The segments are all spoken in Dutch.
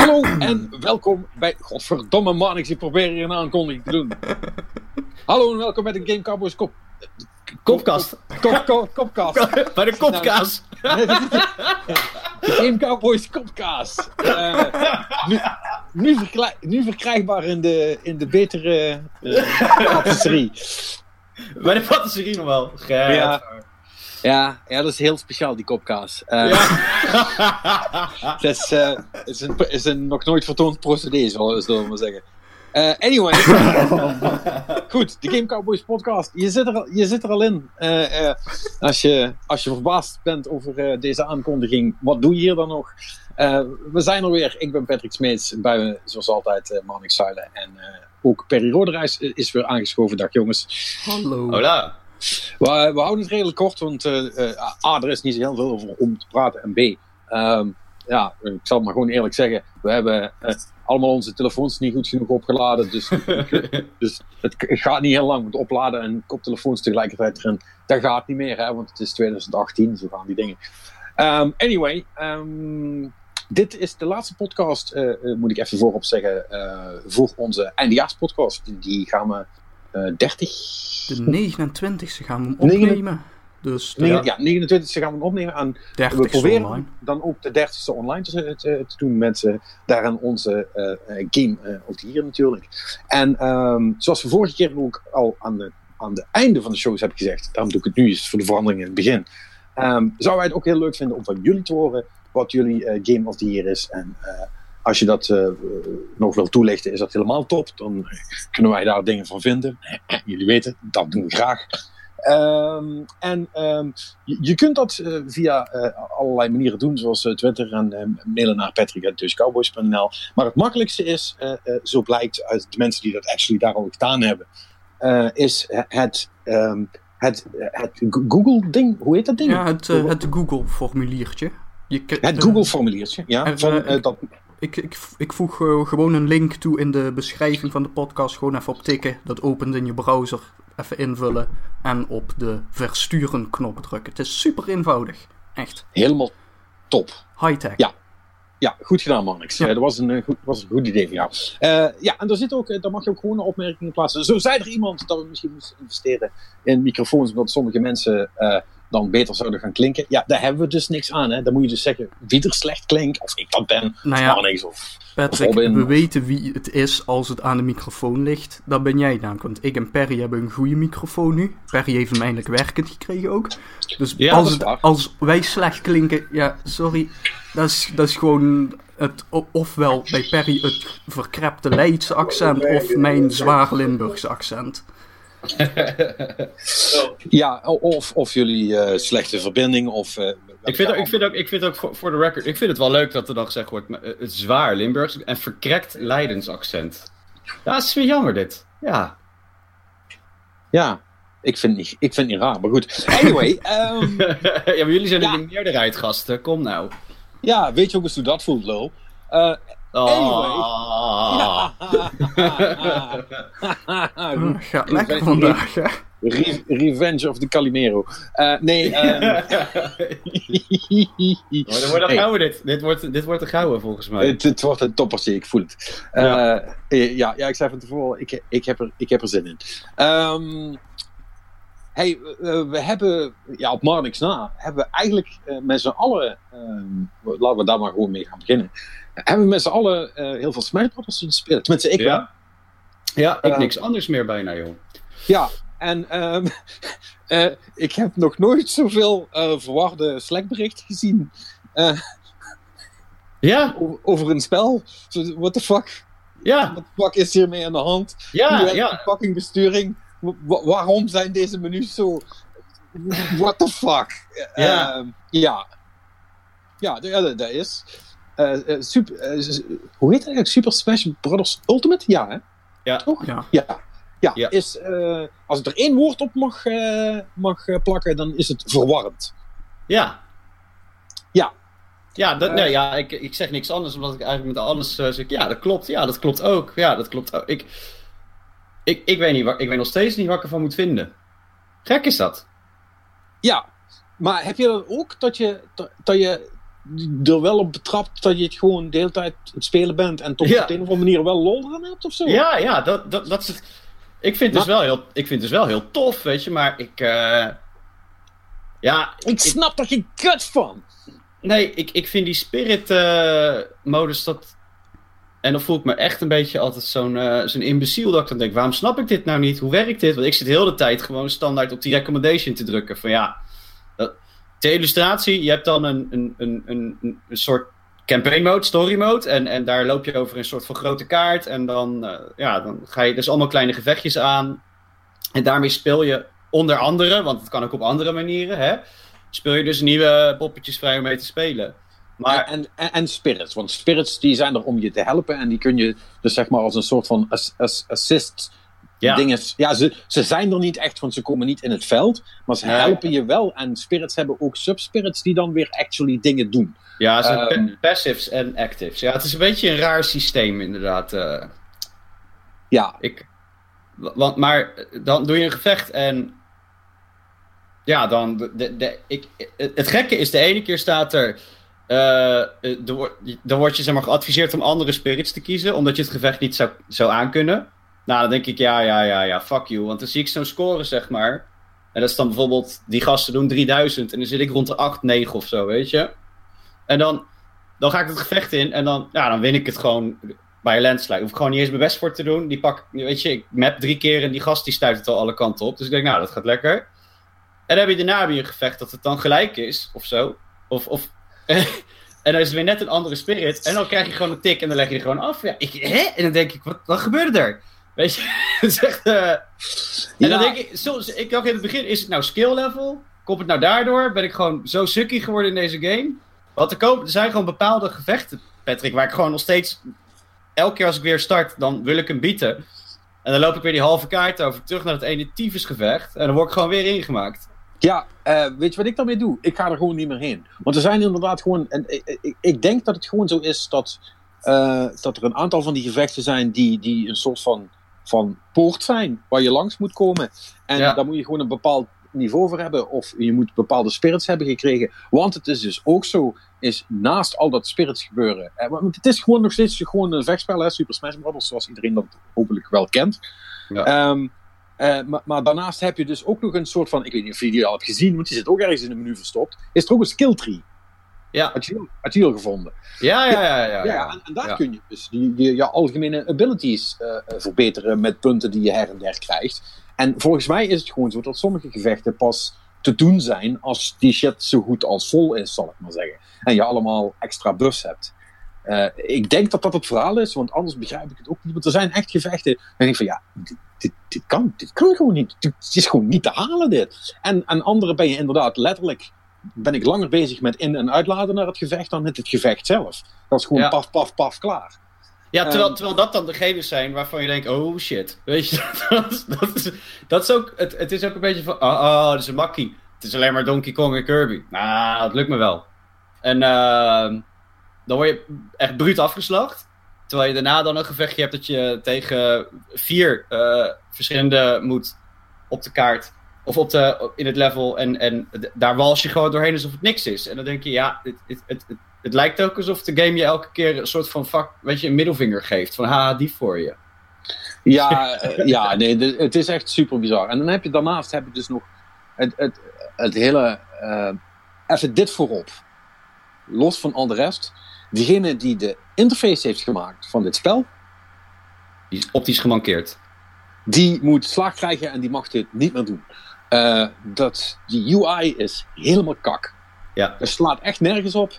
Hallo en welkom bij... Godverdomme man, ik probeer hier een aankondiging te doen. Hallo en welkom bij de Game Cowboys Kopkast. Kopkast. Bij de kopkaas. De Game Cowboys Kopkaas. Nu verkrijgbaar in de betere patisserie. Bij de patisserie nog wel. Ja, dat is heel speciaal, die kopkaas. Het is een nog nooit vertoond procedé, zullen we maar zeggen. Anyway. Goed, de Game Cowboys podcast. Je zit er al in. Als je verbaasd bent over deze aankondiging, wat doe je hier dan nog? We zijn er weer. Ik ben Patrick Smeets. Bij me, zoals altijd, Marnik Zuilen. En ook Perry Roderijs is weer aangeschoven. Dag jongens. Hallo. Hola. We houden het redelijk kort, want A, er is niet zo heel veel over om te praten. En B, ik zal het maar gewoon eerlijk zeggen. We hebben allemaal onze telefoons niet goed genoeg opgeladen. Dus het gaat niet heel lang met opladen en koptelefoons tegelijkertijd erin. Dat gaat niet meer, hè, want het is 2018. Zo gaan die dingen. Anyway, dit is de laatste podcast, moet ik even voorop zeggen, voor onze eindejaarspodcast. Die gaan we 30... De 29e gaan we hem opnemen. Dus, 29e gaan we hem opnemen. En we proberen online. Dan ook de 30e online te doen met daarin onze game of the year natuurlijk. En zoals we vorige keer ook al aan de einde van de shows hebben gezegd, daarom doe ik het nu eens voor de verandering in het begin. Zouden wij het ook heel leuk vinden om van jullie te horen wat jullie game of the year is. En als je dat nog wil toelichten, is dat helemaal top. Dan kunnen wij daar dingen van vinden. Jullie weten, dat doen we graag. Je kunt dat via allerlei manieren doen, zoals Twitter en mailen naar patrick@cowboys.nl. Maar het makkelijkste is, zo blijkt uit de mensen die dat actually daar al gedaan hebben, is het Google-ding. Hoe heet dat ding? Ja, het Google-formuliertje. Het Google-formuliertje, ja. Ik voeg gewoon een link toe in de beschrijving van de podcast. Gewoon even op tikken. Dat opent in je browser. Even invullen. En op de versturen knop drukken. Het is super eenvoudig. Echt. Helemaal top. High-tech. Ja, goed gedaan, Marnix. Dat was een goed idee van jou. En daar mag je ook gewoon opmerkingen plaatsen. Zo zei er iemand dat we misschien moesten investeren in microfoons, omdat sommige mensen dan beter zouden gaan klinken. Ja, daar hebben we dus niks aan. Hè. Dan moet je dus zeggen wie er slecht klinkt, of ik dat ben, of Marnix, of Patrick, Robin. we weten wie het is als het aan de microfoon ligt. Dat ben jij dan. Want ik en Perry hebben een goede microfoon nu. Perry heeft hem eindelijk werkend gekregen ook. Dus ja, als wij slecht klinken, ja, sorry. Dat is gewoon het, ofwel bij Perry het verkrepte Leidse accent of mijn zwaar Limburgse accent. Ja, of jullie slechte verbinding, of... Ik vind ook voor de record, ik vind het wel leuk dat er dan gezegd wordt, het zwaar Limburgs en verkrekt Leidens accent. Ja, het is weer jammer dit. Ja. Ja, ik vind het niet raar, maar goed. Anyway. Ja, maar jullie zijn in de meerderheid, gasten. Kom nou. Ja, weet je ook eens hoe dat voelt, lul? Anyway. Gaat lekker vandaag, hè? Revenge of the Calimero. Nee. Dan wordt gauw dit wordt een gouden volgens mij. Het wordt een toppertje, ik voel het. Ik zei van tevoren, ik heb er zin in. We hebben, op Marnix na, hebben we eigenlijk met z'n allen, laten we daar maar gewoon mee gaan beginnen, hebben we met z'n allen heel veel Smash Brothers te spelen. Tenminste, ik wel. Ja, ik niks anders meer bijna, joh. Ja, en ik heb nog nooit zoveel verwarde Slack-berichten gezien. Over een spel. What the fuck? Ja. What the fuck is hiermee aan de hand? Ja. Fucking besturing. Waarom zijn deze menus zo... What the fuck? Dat is... hoe heet het eigenlijk? Super Smash Brothers Ultimate? Ja, hè? Ja. Toch? Ja. Is, als ik er één woord op mag plakken, dan is het verwarrend. Ja. Ja. Ja, ik zeg niks anders, omdat ik eigenlijk met alles zeg, ja, dat klopt. Ja, dat klopt ook. Ja, dat klopt ook. Ik weet niet, ik weet nog steeds niet wat ik ervan moet vinden. Gek is dat. Ja, maar heb je dan ook dat je er wel op betrapt dat je het gewoon de hele tijd het spelen bent en toch op de een of andere manier wel lol eraan hebt of zo. Ja, dat is het. Ik vind het dus wel heel tof, weet je, maar ik snap er geen kut van. Nee, ik vind die spirit-modus, en dan voel ik me echt een beetje altijd zo'n imbeciel dat ik dan denk, waarom snap ik dit nou niet? Hoe werkt dit? Want ik zit heel de tijd gewoon standaard op die recommendation te drukken. Van ter illustratie, je hebt dan een soort campaign mode, story mode. En daar loop je over een soort van grote kaart. En dan ga je dus allemaal kleine gevechtjes aan. En daarmee speel je onder andere, want het kan ook op andere manieren, hè, speel je dus nieuwe poppetjes vrij om mee te spelen. Maar... En spirits, want spirits die zijn er om je te helpen en die kun je dus zeg maar als een soort van assist dingen. Ja, ze zijn er niet echt, want ze komen niet in het veld, maar ze helpen je wel. En spirits hebben ook subspirits die dan weer actually dingen doen. Ja, ze zijn passives en actives. Ja, het is een beetje een raar systeem inderdaad. Ja. Maar dan doe je een gevecht en ja, dan het gekke is, de ene keer staat er dan word je zeg maar geadviseerd om andere spirits te kiezen, omdat je het gevecht niet zou aankunnen. Nou, dan denk ik, ja, fuck you. Want dan zie ik zo'n score, zeg maar. En dat is dan bijvoorbeeld, die gasten doen 3000 en dan zit ik rond de 8, 9 of zo, weet je. En dan ga ik het gevecht in en dan win ik het gewoon bij een landslide. Hoef ik gewoon niet eens mijn best voor te doen. Ik map 3 keer en die gast die stuit het al alle kanten op. Dus ik denk, nou, dat gaat lekker. En dan heb je daarna weer een gevecht dat het dan gelijk is, of zo. En dan is er weer net een andere spirit. En dan krijg je gewoon een tik en dan leg je er gewoon af. Ja, En dan denk ik, wat gebeurde er? Weet je? Het is echt, En dan denk ik dacht in het begin, is het nou skill level? Komt het nou daardoor? Ben ik gewoon zo sukkie geworden in deze game? Want er zijn gewoon bepaalde gevechten, Patrick, waar ik gewoon nog steeds... Elke keer als ik weer start, dan wil ik hem bieten. En dan loop ik weer die halve kaart over, terug naar het ene tyfusgevecht. En dan word ik gewoon weer ingemaakt. Ja, weet je wat ik daarmee doe? Ik ga er gewoon niet meer heen. Want er zijn inderdaad gewoon... ik denk dat het gewoon zo is dat er een aantal van die gevechten zijn die een soort van poort zijn, waar je langs moet komen. En daar moet je gewoon een bepaald niveau voor hebben, of je moet bepaalde spirits hebben gekregen. Want het is dus ook zo, is naast al dat spirits gebeuren... want het is gewoon nog steeds gewoon een vechtspel, hè, Super Smash Bros., zoals iedereen dat hopelijk wel kent. Ja. Maar daarnaast heb je dus ook nog een soort van... Ik weet niet of je die al hebt gezien, want die zit ook ergens in een menu verstopt. Is er ook een skill tree. Ja. Had je al gevonden? Ja. En daar kun je dus je algemene abilities verbeteren met punten die je her en der krijgt. En volgens mij is het gewoon zo dat sommige gevechten pas te doen zijn als die shit zo goed als vol is, zal ik maar zeggen. En je allemaal extra buffs hebt. Ik denk dat dat het verhaal is, want anders begrijp ik het ook niet. Want er zijn echt gevechten en ik denk van ja, dit kan gewoon niet. Het is gewoon niet te halen dit. En andere ben je inderdaad letterlijk... Ben ik langer bezig met in- en uitladen naar het gevecht dan met het gevecht zelf. Dat is gewoon paf, klaar. Ja, terwijl dat dan degene zijn waarvan je denkt, oh shit. Weet je, dat is ook, het is ook een beetje van, dat is een makkie. Het is alleen maar Donkey Kong en Kirby. Nou, dat lukt me wel. En dan word je echt bruut afgeslacht. Terwijl je daarna dan een gevechtje hebt dat je tegen 4 verschillende moet op de kaart. Of in het level en daar wals je gewoon doorheen alsof het niks is. En dan denk je, ja, het lijkt ook alsof de game je elke keer een soort van een middelvinger geeft. Van, haha, die voor je. Ja, nee, het is echt super bizar. En dan heb je daarnaast dus nog het hele... even dit voorop. Los van al de rest. Degene die de interface heeft gemaakt van dit spel... Die is optisch gemankeerd. Die moet slaag krijgen en die mag dit niet meer doen. Die UI is helemaal kak. Ja. Het slaat echt nergens op.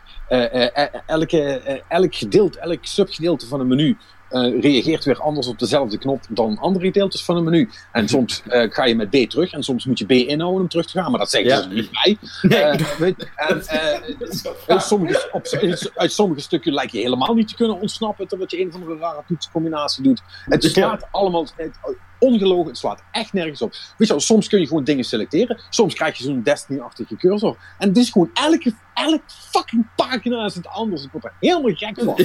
Elk subgedeelte van een menu reageert weer anders op dezelfde knop dan andere gedeeltes van een menu. En soms ga je met B terug en soms moet je B inhouden om terug te gaan. Maar dat zeggen ze niet bij. Uit sommige stukken lijkt je helemaal niet te kunnen ontsnappen terwijl je een of andere rare toetsencombinatie doet. Het slaat allemaal... Ongelogen, het slaat echt nergens op. Weet je wel, soms kun je gewoon dingen selecteren. Soms krijg je zo'n Destiny-achtige cursor. En het is gewoon elke fucking pagina is het anders. Ik word er helemaal gek van.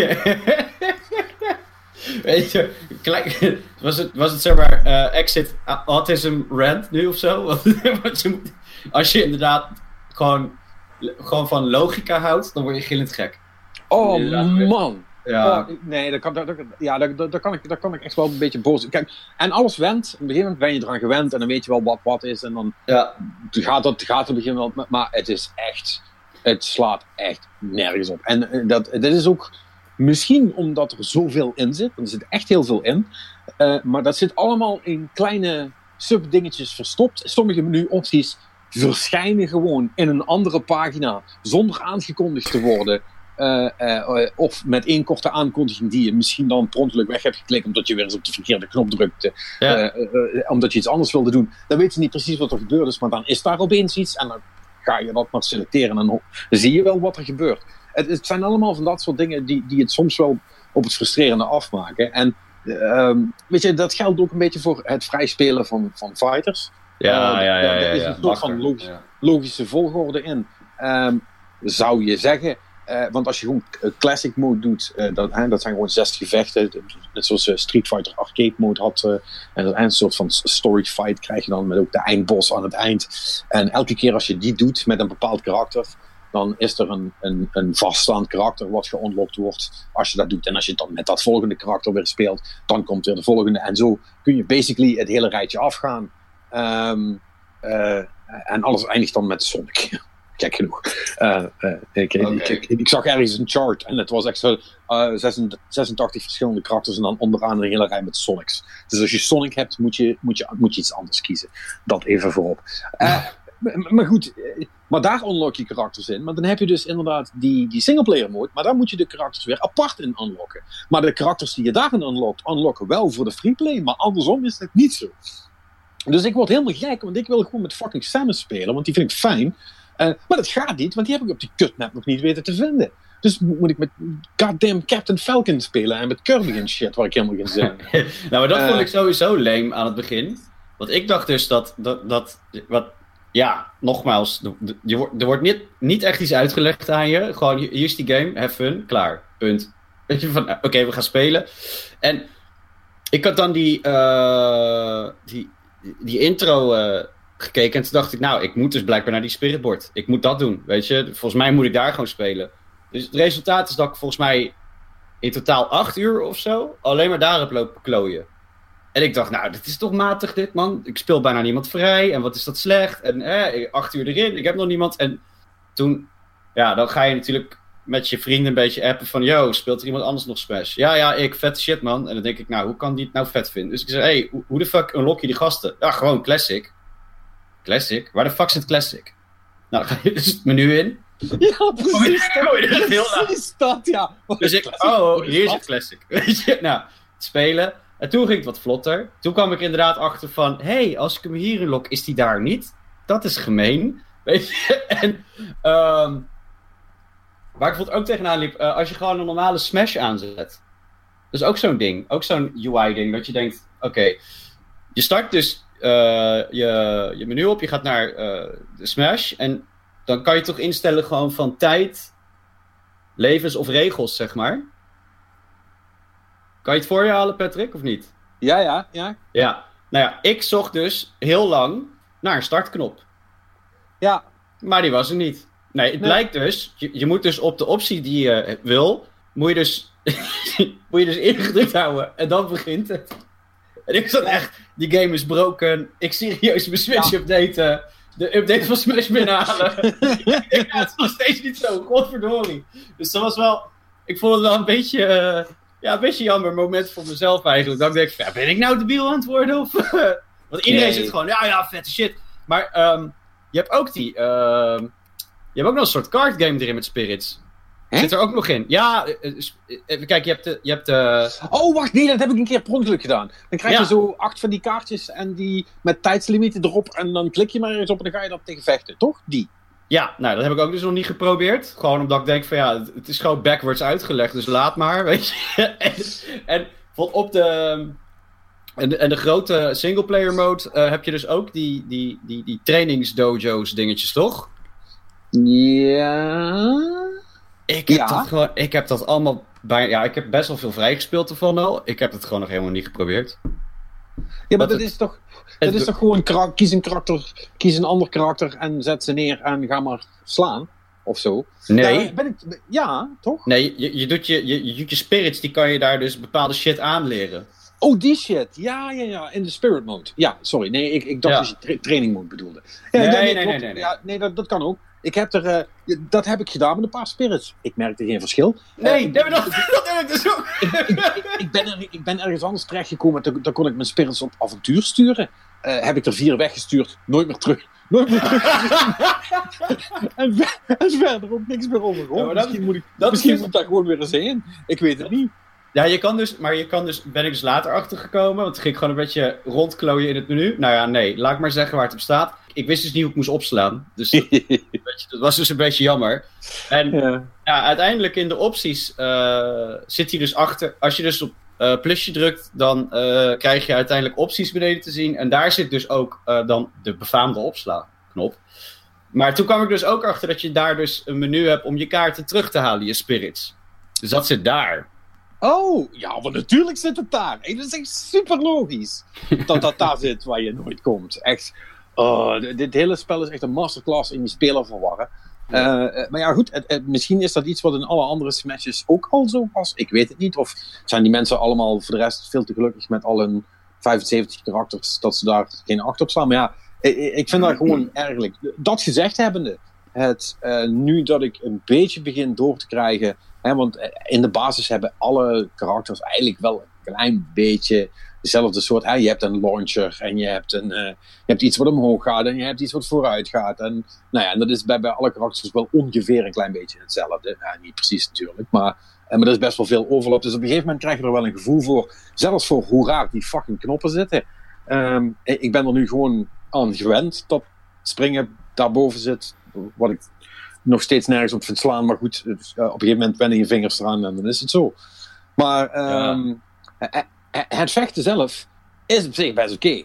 Weet je, was het zeg maar exit autism rant nu of zo? Als je inderdaad gewoon gewoon van logica houdt, dan word je gillend gek. Oh man. Ja. Oh, nee, daar kan ik echt wel een beetje boos. Kijk, en alles went. Op een gegeven moment ben je eraan gewend en dan weet je wel wat is. En dan gaat het op een gegeven moment. Maar het is echt. Het slaat echt nergens op. En dit is ook misschien omdat er zoveel in zit. Want er zit echt heel veel in. Maar dat zit allemaal in kleine subdingetjes verstopt. Sommige menu-opties verschijnen gewoon in een andere pagina zonder aangekondigd te worden. Of met één korte aankondiging die je misschien dan per ongeluk weg hebt geklikt omdat je weer eens op de verkeerde knop drukte. Omdat je iets anders wilde doen. Dan weet je niet precies wat er gebeurd is, maar dan is daar opeens iets en dan ga je dat maar selecteren en dan zie je wel wat er gebeurt. Het zijn allemaal van dat soort dingen die het soms wel op het frustrerende afmaken. En weet je, dat geldt ook een beetje voor het vrijspelen van fighters. Er is een soort van logische volgorde in. Zou je zeggen, want als je gewoon classic mode doet, dat zijn gewoon 6 gevechten, net zoals Street Fighter arcade mode had, en een soort van story fight krijg je dan met ook de eindboss aan het eind. En elke keer als je die doet met een bepaald karakter, dan is er een vaststaand karakter wat geunlocked wordt als je dat doet. En als je dan met dat volgende karakter weer speelt, dan komt weer de volgende. En zo kun je basically het hele rijtje afgaan. En alles eindigt dan met Sonic. Gek genoeg. Ik zag ergens een chart en het was echt zo 86 verschillende karakters en dan onderaan een hele rij met Sonics. Dus als je Sonic hebt, moet je iets anders kiezen. Dat even voorop. Maar goed, maar daar unlock je karakters in. Maar dan heb je dus inderdaad die singleplayer mode, maar daar moet je de karakters weer apart in unlocken. Maar de karakters die je daarin unlocken wel voor de freeplay, maar andersom is het niet zo. Dus ik word helemaal gek, want ik wil gewoon met fucking Samus spelen, want die vind ik fijn. Maar dat gaat niet, want die heb ik op die kutmap nog niet weten te vinden. Dus moet ik met goddamn Captain Falcon spelen en met Kirby en shit, waar ik helemaal geen zin in heb. Nou, maar dat vond ik sowieso lame aan het begin. Want ik dacht dus nogmaals, er wordt niet echt iets uitgelegd aan je. Gewoon, hier is die game, have fun, klaar, punt. Weet je, van oké, we gaan spelen. En ik had dan die intro gekeken en toen dacht ik, nou, ik moet dus blijkbaar naar die spiritboard. Ik moet dat doen, weet je. Volgens mij moet ik daar gewoon spelen. Dus het resultaat is dat ik volgens mij in totaal 8 uur of zo alleen maar daar heb lopen klooien. En ik dacht, nou, dit is toch matig dit, man. Ik speel bijna niemand vrij en wat is dat slecht. En 8 uur erin, ik heb nog niemand. En toen, dan ga je natuurlijk met je vrienden een beetje appen van, yo, speelt er iemand anders nog Smash? Ja, ik, vet shit, man. En dan denk ik, nou, hoe kan die het nou vet vinden? Dus ik zei, hey, hoe de fuck unlock je die gasten? Ja, gewoon Classic. Classic? Waar de fuck zit Classic? Nou, dan ga je dus het menu in. Ja, precies dat, ja. Dus ik, hier zit Classic. Weet je, nou, spelen. En toen ging het wat vlotter. Toen kwam ik inderdaad achter van, hey, als ik hem hier inlok, is die daar niet? Dat is gemeen. Weet je? En, waar ik bijvoorbeeld ook tegenaan liep, als je gewoon een normale Smash aanzet. Dat is ook zo'n ding. Ook zo'n UI-ding. Dat je denkt, oké, je start dus je menu op, je gaat naar de Smash. En dan kan je toch instellen gewoon van tijd, levens of regels, zeg maar. Kan je het voor je halen, Patrick, of niet? Ja. Ja, nou ja, ik zocht dus heel lang naar een startknop. Ja. Maar die was er niet. Nee, het blijkt dus, je moet dus op de optie die je wil, moet je dus ingedrukt houden. En dan begint het. En ik zat echt, die game is broken. Ik serieus mijn Switch updaten. De update van Smash binnenhalen. Het is nog steeds niet zo, godverdorie. Dus dat was wel, ik vond het wel een beetje jammer moment voor mezelf eigenlijk. Dat ik denk, ben ik nou debiel aan het worden? Of, want iedereen zit gewoon, ja, vette shit. Maar je hebt ook je hebt ook nog een soort card game erin met Spirits. Zit er ook nog in. Ja, even kijken, je hebt Oh, wacht, nee, dat heb ik een keer per ongeluk gedaan. Dan krijg je zo 8 van die kaartjes en die met tijdslimieten erop en dan klik je maar eens op en dan ga je dat tegen vechten, toch? Die. Ja, nou, dat heb ik ook dus nog niet geprobeerd. Gewoon omdat ik denk van het is gewoon backwards uitgelegd, dus laat maar, weet je. en op de grote singleplayer mode heb je dus ook die trainingsdojo's dingetjes, toch? Ja. Ik heb dat allemaal ik heb best wel veel vrijgespeeld ervan al. Ik heb het gewoon nog helemaal niet geprobeerd. Ja, maar dat is toch gewoon kies een ander karakter en zet ze neer en ga maar slaan. of zo. Nee. Ja, toch? Nee, je doet je spirits, die kan je daar dus bepaalde shit aanleren. Oh, die shit. Ja, in de spirit mode. Ja, sorry. Nee, ik dacht dat je training mode bedoelde. Ja, nee. Ja, nee, dat kan ook. Dat heb ik gedaan met een paar spirits. Ik merkte geen verschil. Nee, dat heb ik dus ook. Ik ben ergens anders terechtgekomen. Daar kon ik mijn spirits op avontuur sturen. Heb ik er 4 weggestuurd. Nooit meer terug. en verder ook niks meer over. Misschien moet ik daar gewoon weer eens heen. Ik weet het niet. Ja, ben ik dus later achtergekomen, want toen ging ik gewoon een beetje rondklooien in het menu. Nou ja, nee, laat ik maar zeggen waar het op staat. Ik wist dus niet hoe ik moest opslaan, dus dat was dus een beetje jammer. En ja, uiteindelijk in de opties zit hij dus achter, als je dus op plusje drukt, dan krijg je uiteindelijk opties beneden te zien. En daar zit dus ook dan de befaamde opslaanknop. Maar toen kwam ik dus ook achter dat je daar dus een menu hebt om je kaarten terug te halen, je spirits. Dus dat zit daar. Oh, ja, want natuurlijk zit het daar. Dat is echt super logisch. Dat daar zit waar je nooit komt. Echt. Dit hele spel is echt een masterclass in die speler verwarren. Maar ja, goed. Misschien is dat iets wat in alle andere Smashes ook al zo was. Ik weet het niet. Of zijn die mensen allemaal voor de rest veel te gelukkig met al hun 75 karakters dat ze daar geen acht op slaan. Maar ja, ik vind dat gewoon ergerlijk. Dat gezegd hebbende, nu dat ik een beetje begin door te krijgen. Want in de basis hebben alle karakters eigenlijk wel een klein beetje dezelfde soort. Je hebt een launcher en je hebt iets wat omhoog gaat en je hebt iets wat vooruit gaat. En, en dat is bij alle karakters wel ongeveer een klein beetje hetzelfde. Niet precies natuurlijk, maar er is best wel veel overlap. Dus op een gegeven moment krijg je er wel een gevoel voor. Zelfs voor hoe raar die fucking knoppen zitten. Ik ben er nu gewoon aan gewend dat springen daarboven zit. Wat ik nog steeds nergens op vind slaan, maar goed, op een gegeven moment wennen je vingers eraan en dan is het zo. Maar het vechten zelf is op zich best oké.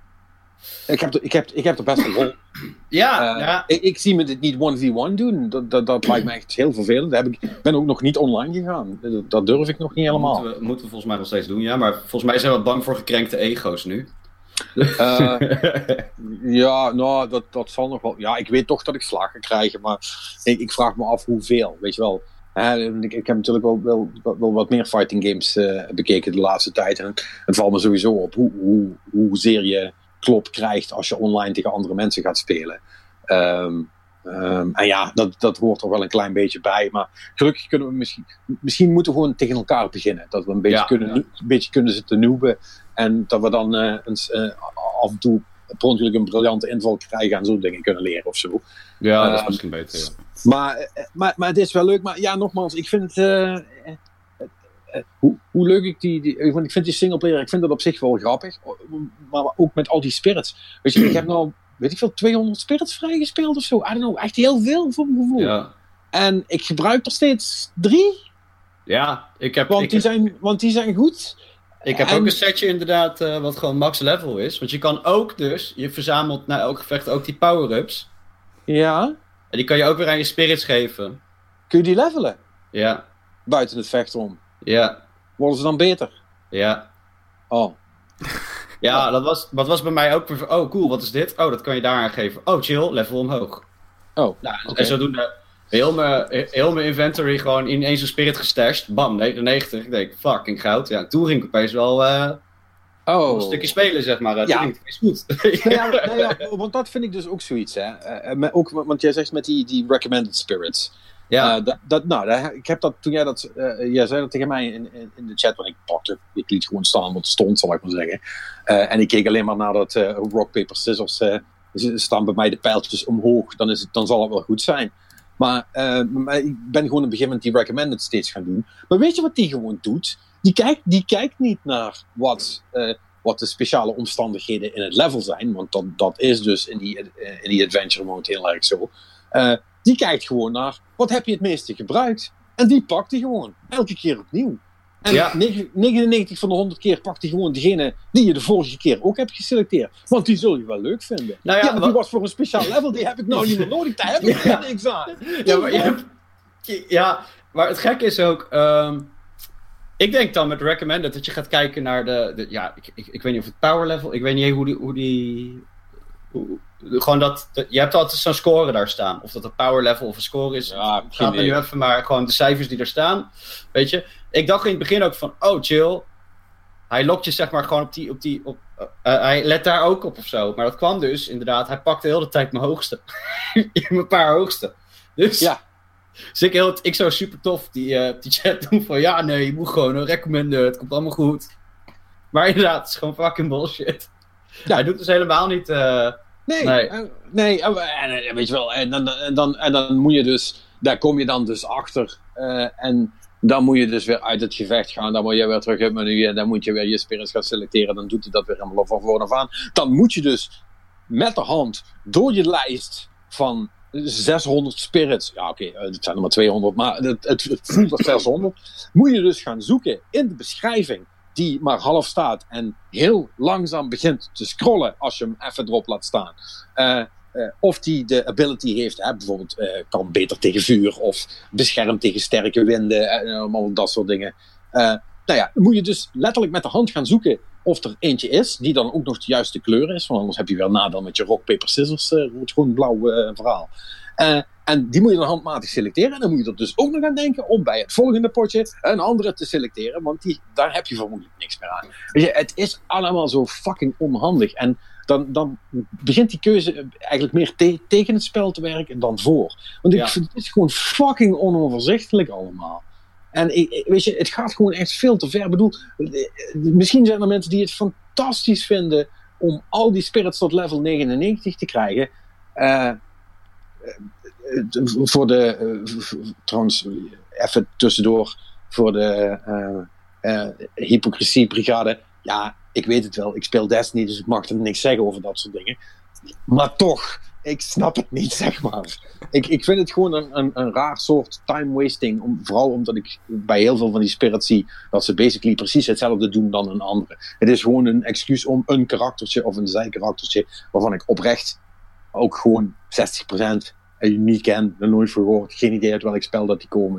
Ik heb er best wel rol. Ik zie me dit niet 1v1 doen. Dat lijkt me echt heel vervelend. Ik ben ook nog niet online gegaan. Dat durf ik nog niet helemaal. Moeten we volgens mij nog steeds doen, ja. Maar volgens mij zijn we bang voor gekrenkte ego's nu. Dat zal nog wel. Ja, ik weet toch dat ik slag ga krijgen, maar ik vraag me af hoeveel, weet je wel. Ik heb natuurlijk wel wat meer fighting games bekeken de laatste tijd en het valt me sowieso op hoezeer je klop krijgt als je online tegen andere mensen gaat spelen. En ja, dat hoort er wel een klein beetje bij, maar gelukkig kunnen we misschien moeten we gewoon tegen elkaar beginnen, dat we een beetje kunnen zitten noemen. En dat we dan af en toe per ongeluk een briljante inval krijgen en zo dingen kunnen leren of zo. Ja, dat is misschien beter. Ja. Maar het is wel leuk. Maar ja, nogmaals, ik vind het... hoe leuk want ik vind die singleplayer, ik vind dat op zich wel grappig. Maar ook met al die spirits. Weet je, ik heb nou, 200 spirits vrijgespeeld of zo. I don't know, echt heel veel voor mijn gevoel. Ja. En ik gebruik er steeds 3. Ja, Want die zijn goed. Ik heb ook een setje inderdaad wat gewoon max level is. Want je kan ook dus, je verzamelt na elk gevecht ook die power-ups. Ja. En die kan je ook weer aan je spirits geven. Kun je die levelen? Ja. Buiten het vechten om? Ja. Worden ze dan beter? Ja. Oh. Ja, dat was bij mij ook weer. Oh, cool, wat is dit? Oh, dat kan je daaraan geven. Oh, chill, level omhoog. Oh. Nou, okay. En zodoende heel mijn inventory gewoon in één zo'n spirit gestashed. Bam, 99. Ik denk, fucking goud. Ja, toen ging ik opeens wel een stukje spelen, zeg maar. Toen ging het opeens goed. Want dat vind ik dus ook zoiets, hè. Ook, want jij zegt met die recommended spirits. Ja. Ik heb dat, toen jij zei dat tegen mij in de chat, want ik liet gewoon staan wat er stond, zal ik maar zeggen. En ik keek alleen maar naar dat rock, paper, scissors, staan bij mij de pijltjes omhoog, dan zal het wel goed zijn. Maar ik ben gewoon op een gegeven moment die recommended steeds gaan doen. Maar weet je wat die gewoon doet? Die kijkt niet naar wat de speciale omstandigheden in het level zijn, want dat is dus in die adventure mode heel erg zo. Die kijkt gewoon naar, wat heb je het meeste gebruikt? En die pakt hij gewoon, elke keer opnieuw. En 99 van de 100 keer pakt hij gewoon degene die je de vorige keer ook hebt geselecteerd. Want die zul je wel leuk vinden. Nou ja, maar die was voor een speciaal level, die heb ik nou niet meer nodig. Daar heb ik niks aan. Maar het gekke is ook... ik denk dan met recommended dat je gaat kijken naar ik weet niet of het power level... Ik weet niet hoe Gewoon je hebt altijd zo'n score daar staan. Of dat een power level of een score is. Ja, gaat me nu even, maar gewoon de cijfers die er staan. Weet je, ik dacht in het begin ook van, oh chill. Hij lokt je zeg maar gewoon hij let daar ook op of zo. Maar dat kwam dus inderdaad, hij pakte de hele tijd mijn hoogste. Mijn paar hoogste. Dus, ja. Dus ik zou super tof die chat doen van, ja nee, je moet gewoon recommenden, het komt allemaal goed. Maar inderdaad, het is gewoon fucking bullshit. Ja, hij doet dus helemaal niet... Nee, weet je wel, en dan moet je dus, daar kom je dan dus achter, en dan moet je dus weer uit het gevecht gaan, dan moet je weer terug in het menu, en dan moet je weer je spirits gaan selecteren, dan doet hij dat weer helemaal van voor af aan. Dan moet je dus met de hand door je lijst van 600 spirits, ja oké, het zijn er maar 200, maar het voelt als 600, moet je dus gaan zoeken in de beschrijving, die maar half staat en heel langzaam begint te scrollen als je hem even erop laat staan. Of die de ability heeft, bijvoorbeeld kan beter tegen vuur of beschermt tegen sterke winden, allemaal dat soort dingen. Nou ja, dan moet je dus letterlijk met de hand gaan zoeken of er eentje is, die dan ook nog de juiste kleur is, want anders heb je weer nadeel met je rock, paper, scissors, rood, groen, blauw verhaal. En die moet je dan handmatig selecteren. En dan moet je er dus ook nog aan denken om bij het volgende potje een andere te selecteren. Want daar heb je vermoedelijk niks meer aan. Weet je, het is allemaal zo fucking onhandig. En dan begint die keuze eigenlijk meer tegen het spel te werken dan voor. Want ik vind het is gewoon fucking onoverzichtelijk allemaal. En weet je, het gaat gewoon echt veel te ver. Ik bedoel, misschien zijn er mensen die het fantastisch vinden om al die spirits tot level 99 te krijgen. Trouwens, even tussendoor, voor de hypocriesiebrigade. Ja, ik weet het wel, ik speel Destiny, dus ik mag er niks zeggen over dat soort dingen. Maar toch, ik snap het niet, zeg maar. Ik vind het gewoon een raar soort time wasting, vooral omdat ik bij heel veel van die spirits zie dat ze basically precies hetzelfde doen dan een andere. Het is gewoon een excuus om een karaktertje of een zijkaraktertje, waarvan ik oprecht ook gewoon 60% niet ken, er nooit voor gehoord, geen idee uit welk spel dat die komen.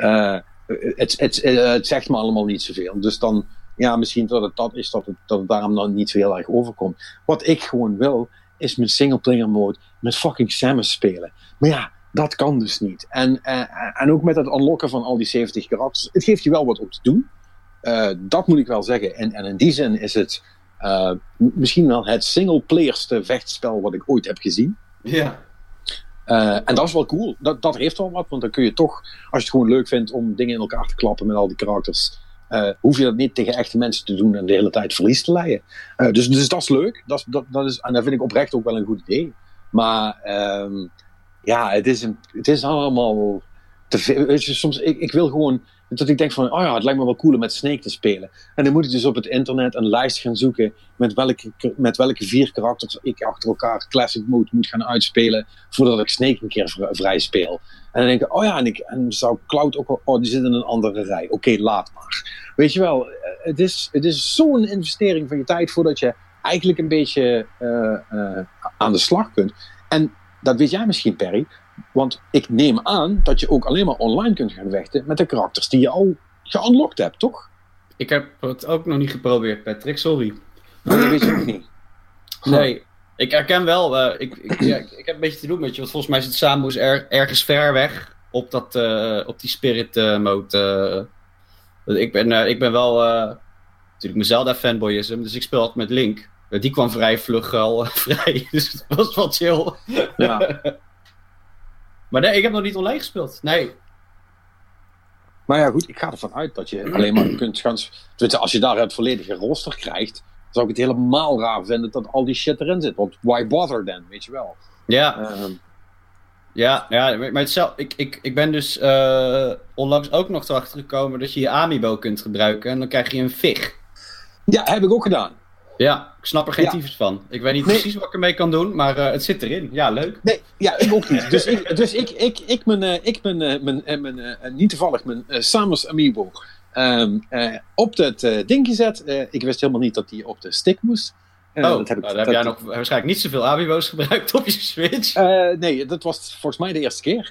Het zegt me allemaal niet zoveel. Dus dan, ja, misschien dat het daarom dan niet zo heel erg overkomt. Wat ik gewoon wil, is mijn singleplayer mode met fucking Samus spelen. Maar ja, dat kan dus niet. En ook met het unlocken van al die 70 karakters, het geeft je wel wat om te doen. Dat moet ik wel zeggen. En in die zin is het misschien wel het singleplayerste vechtspel wat ik ooit heb gezien. Ja. En dat is wel cool. Dat heeft wel wat, want dan kun je toch, als je het gewoon leuk vindt om dingen in elkaar te klappen met al die karakters, hoef je dat niet tegen echte mensen te doen en de hele tijd verlies te leiden. Dus dat is leuk. Dat is, en dat vind ik oprecht ook wel een goed idee. Maar ja, het is allemaal te veel. Weet je, soms, ik wil gewoon dat ik denk van, oh ja, het lijkt me wel cool om met Snake te spelen. En dan moet ik dus op het internet een lijst gaan zoeken met welke 4 karakters ik achter elkaar Classic Mode moet gaan uitspelen voordat ik Snake een keer vrij speel. En dan denk ik, oh ja, en zou Cloud ook wel, oh, die zit in een andere rij. Oké, laat maar. Weet je wel, het is zo'n investering van je tijd voordat je eigenlijk een beetje aan de slag kunt. En dat weet jij misschien, Perry. Want ik neem aan dat je ook alleen maar online kunt gaan vechten met de karakters die je al geunlocked hebt, toch? Ik heb het ook nog niet geprobeerd, Patrick, sorry. Dat weet je ook niet. Nee, ik herken wel, ik heb een beetje te doen met je, want volgens mij zit Samus ergens ver weg op die spirit mode. Ik ben wel natuurlijk mijn Zelda fanboyism, dus ik speel altijd met Link. Die kwam vrij vlug al vrij, dus het was wel chill. Ja. Maar nee, ik heb nog niet online gespeeld. Nee. Maar ja, goed, ik ga ervan uit dat je alleen maar kunt gaan. Als je daar het volledige roster krijgt, zou ik het helemaal raar vinden dat al die shit erin zit. Want why bother then, weet je wel? Ja. Ja, maar ik ben dus onlangs ook nog erachter gekomen dat je je amiibo kunt gebruiken en dan krijg je een fig. Ja, heb ik ook gedaan. Ja, ik snap er geen tyfus van. Ik weet niet precies wat ik ermee kan doen, maar het zit erin. Ja, leuk. Nee, ja, ik ook niet. Dus ik niet toevallig mijn Samus Amiibo op het ding gezet. Ik wist helemaal niet dat die op de stick moest. Dat heb jij nog waarschijnlijk niet zoveel Amiibo's gebruikt op je Switch. Nee, dat was volgens mij de eerste keer.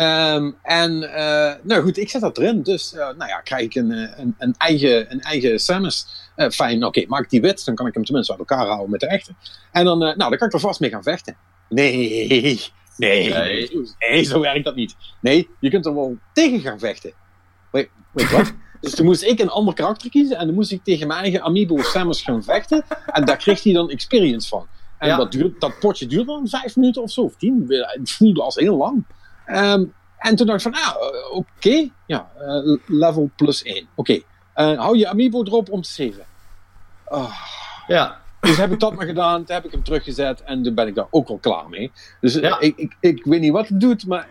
Nou goed, ik zet dat erin. Dus krijg ik een eigen Samus. Fijn, oké, maak ik die wit. Dan kan ik hem tenminste uit elkaar houden met de echte. En dan kan ik er vast mee gaan vechten. Nee, zo werkt dat niet. Nee, je kunt er wel tegen gaan vechten. Weet wat? Dus toen moest ik een ander karakter kiezen. En dan moest ik tegen mijn eigen Amiibo Samus gaan vechten. En daar kreeg hij dan experience van. En dat potje duurde dan 5 minuten of zo. Of 10. Het voelde als heel lang. En toen dacht ik van, oké. Level plus 1. Oké. Hou je Amiibo erop om te saven. Ja. Dus heb ik dat maar gedaan. Toen heb ik hem teruggezet. En toen ben ik daar ook wel klaar mee. Dus ik weet niet wat het doet. Maar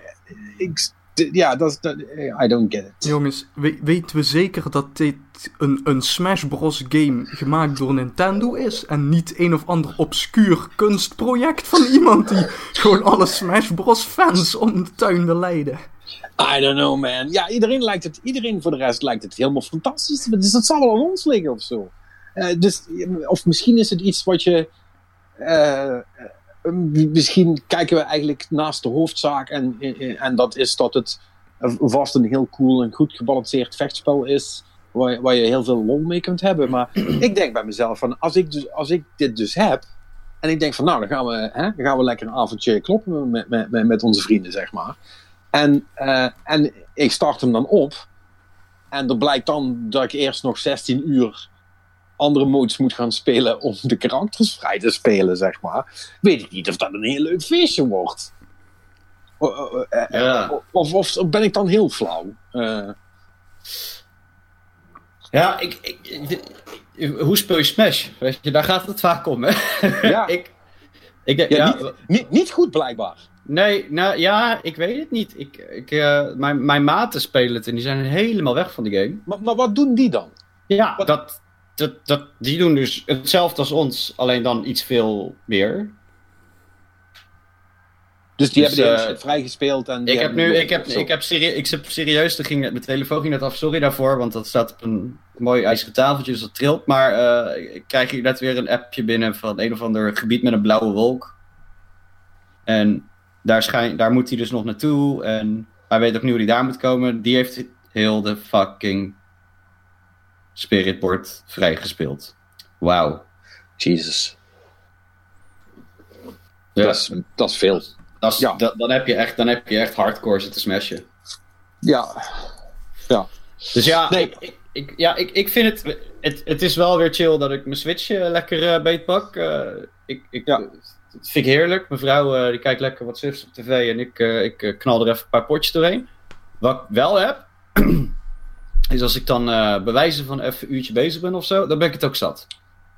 I don't get it. Jongens, weten we zeker dat dit een Smash Bros. Game gemaakt door Nintendo is? En niet een of ander obscuur kunstproject van iemand die gewoon alle Smash Bros. Fans om de tuin wil leiden? I don't know, man. Ja, iedereen voor de rest lijkt het helemaal fantastisch. Dus dat zal wel aan ons liggen of zo. Of misschien is het iets wat je... misschien kijken we eigenlijk naast de hoofdzaak en dat is dat het vast een heel cool en goed gebalanceerd vechtspel is waar je heel veel lol mee kunt hebben. Maar ik denk bij mezelf van als ik dit dus heb en ik denk van dan gaan we lekker een avondje kloppen met onze vrienden, zeg maar. En ik start hem dan op en er blijkt dan dat ik eerst nog 16 uur andere modes moet gaan spelen om de karakters vrij te spelen, zeg maar. Weet ik niet of dat een heel leuk feestje wordt. Of ben ik dan heel flauw? Ja, hoe speel je Smash? Weet je, daar gaat het vaak om, hè? Ja. Niet goed, blijkbaar. Nee, nou ja, ik weet het niet. Mijn maten spelen het en die zijn helemaal weg van die game. Maar wat doen die dan? Ja, die doen dus hetzelfde als ons, alleen dan iets veel meer. Dus die hebben die vrijgespeeld en... Ik heb serieus, mijn telefoon ging net af, sorry daarvoor, want dat staat op een mooi ijzeren tafeltje, dus dat trilt. Maar ik krijg hier net weer een appje binnen van een of ander gebied met een blauwe wolk. En daar moet hij dus nog naartoe, en hij weet ook niet hoe hij daar moet komen. Die heeft heel de fucking Spiritboard vrijgespeeld. Wauw. Jesus. Ja. Dat is veel. Dan heb je echt hardcore zitten smashen. Ja. Dus ja, nee. Ik vind het is wel weer chill dat ik mijn Switch lekker beetpak. Dat vind ik heerlijk. Mijn vrouw die kijkt lekker wat surfs op tv en ik knal er even een paar potjes doorheen. Wat ik wel heb, is als ik dan bewijzen van even een uurtje bezig ben of zo, dan ben ik het ook zat.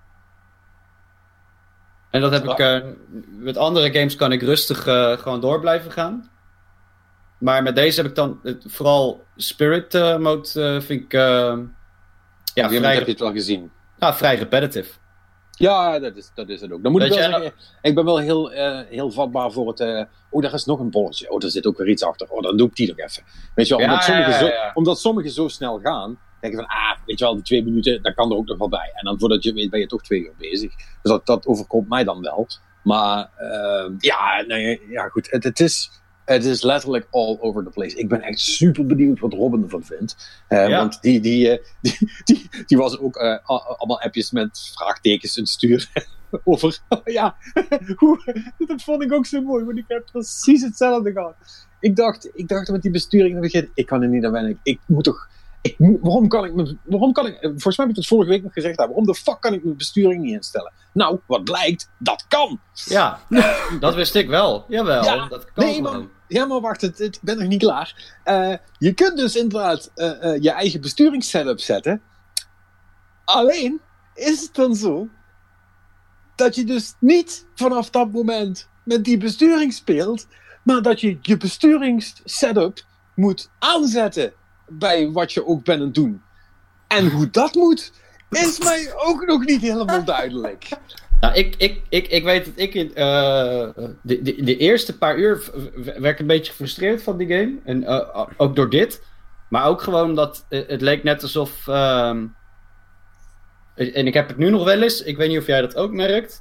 En dat heb ik... met andere games kan ik rustig gewoon door blijven gaan. Maar met deze heb ik dan... vooral Spirit mode vind ik... heb je het wel gezien? Ja, vrij repetitive. Ja, dat is het ook. Dan moet ik wel zeggen, ik ben wel heel vatbaar voor het... daar is nog een bolletje. Daar zit ook weer iets achter. Dan doe ik die nog even. Weet je wel, omdat sommige zo snel gaan... denk je van, weet je wel, die 2 minuten, dat kan er ook nog wel bij. En dan voordat je weet, ben je toch 2 uur bezig. Dus dat overkomt mij dan wel. Maar, goed. Het is letterlijk all over the place. Ik ben echt super benieuwd wat Robin ervan vindt. Want die was ook allemaal appjes met vraagtekens aan het sturen. Over, dat vond ik ook zo mooi. Want ik heb precies hetzelfde gehad. Ik dacht met die besturing in het begin, ik kan er niet aan wennen. Ik moet toch... Waarom kan ik... Volgens mij heb ik het vorige week nog gezegd. Waarom de fuck kan ik mijn besturing niet instellen? Nou, wat blijkt, dat kan. Ja, dat wist ik wel. Jawel, dat kan maar wacht, ik ben nog niet klaar. Je kunt dus inderdaad je eigen besturingssetup zetten. Alleen is het dan zo dat je dus niet vanaf dat moment met die besturing speelt, maar dat je je besturingssetup moet aanzetten bij wat je ook bent aan het doen. En hoe dat moet, is mij ook nog niet helemaal duidelijk. Nou, ik weet dat ik de eerste paar uur werd een beetje gefrustreerd van die game. En ook door dit. Maar ook gewoon dat het leek net alsof en ik heb het nu nog wel eens, ik weet niet of jij dat ook merkt,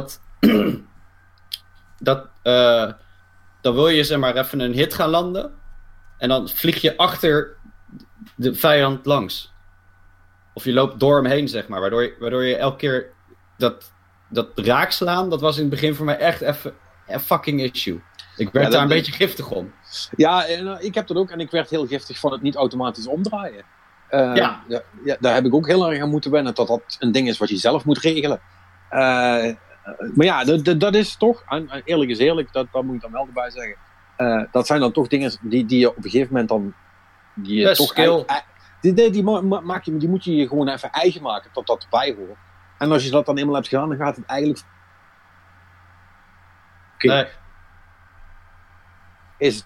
dan wil je zeg maar even een hit gaan landen en dan vlieg je achter de vijand langs. Of je loopt door hem heen, zeg maar, waardoor je elke keer dat raakslaan, dat was in het begin voor mij echt even een fucking issue. Ik werd daar een beetje giftig om. Ja, ik heb dat ook en ik werd heel giftig van het niet automatisch omdraaien. Daar heb ik ook heel erg aan moeten wennen dat een ding is wat je zelf moet regelen. Maar ja, dat is toch, en eerlijk is eerlijk, dat moet ik dan wel erbij zeggen. Dat zijn dan toch dingen die je op een gegeven moment dan... Die je toch skill. Die moet je gewoon even eigen maken, dat erbij hoort. En als je dat dan eenmaal hebt gedaan, dan gaat het eigenlijk... Nee. Is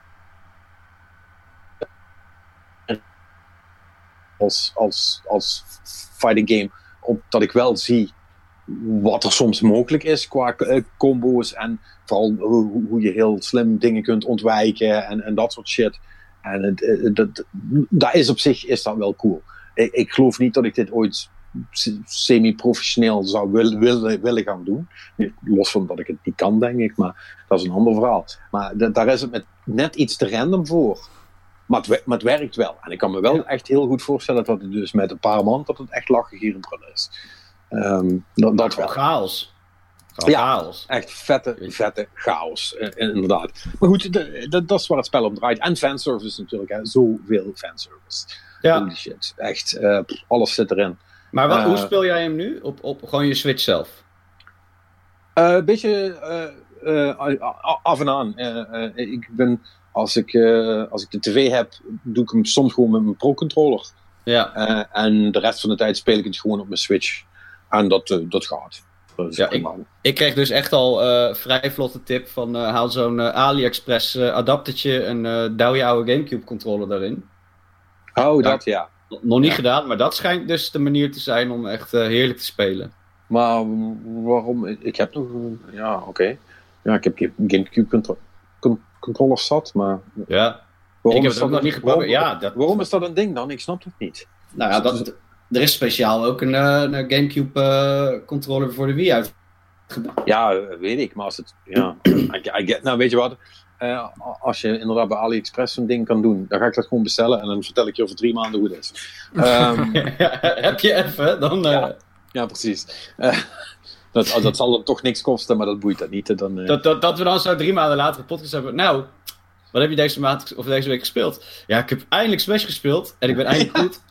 als fighting game, dat ik wel zie wat er soms mogelijk is qua combo's en vooral hoe je heel slim dingen kunt ontwijken en dat soort shit. En dat is op zich is dat wel cool. Ik geloof niet dat ik dit ooit semi-professioneel zou willen gaan doen. Los van dat ik het niet kan, denk ik, maar dat is een ander verhaal. Maar daar is het met net iets te random voor. Maar het werkt wel. En ik kan me wel echt heel goed voorstellen dat het dus met een paar man dat het echt lachen, gier en brullen is. Dat wel. Chaos. Chaos. Echt vette chaos. Inderdaad. Maar goed, dat is waar het spel om draait. En fanservice natuurlijk. Hè. Zoveel fanservice. Ja. Holy shit. Echt, alles zit erin. Maar hoe speel jij hem nu? Op gewoon je Switch zelf? Een beetje af en aan. Ik ben... Als ik de tv heb, doe ik hem soms gewoon met mijn Pro-controller. Ja. En de rest van de tijd speel ik het gewoon op mijn Switch. En dat gaat. Ja, ik kreeg dus echt al vrij vlotte tip van haal zo'n AliExpress adaptertje en douw je oude Gamecube controller daarin. Oh, dat ja. Nog niet gedaan, maar dat schijnt dus de manier te zijn om echt heerlijk te spelen. Maar waarom? Ik heb nog... Ja, oké. Ja, ik heb Gamecube controllers zat, maar... Ja, ik heb het ook nog niet geprobeerd. Waarom is dat een ding dan? Ik snap het niet. Nou ja, er is speciaal ook een Gamecube controller voor de Wii uitgebracht. Ja, weet ik, maar als het... Ja, nou, weet je wat? Als je inderdaad bij AliExpress zo'n ding kan doen, dan ga ik dat gewoon bestellen en dan vertel ik je over 3 maanden hoe het is. Heb je even, dan... Ja, precies. Dat zal dan toch niks kosten, maar dat boeit dat niet. Dat we dan zo 3 maanden later een podcast hebben. Nou, wat heb je deze week gespeeld? Ja, ik heb eindelijk Smash gespeeld en ik ben eindelijk goed.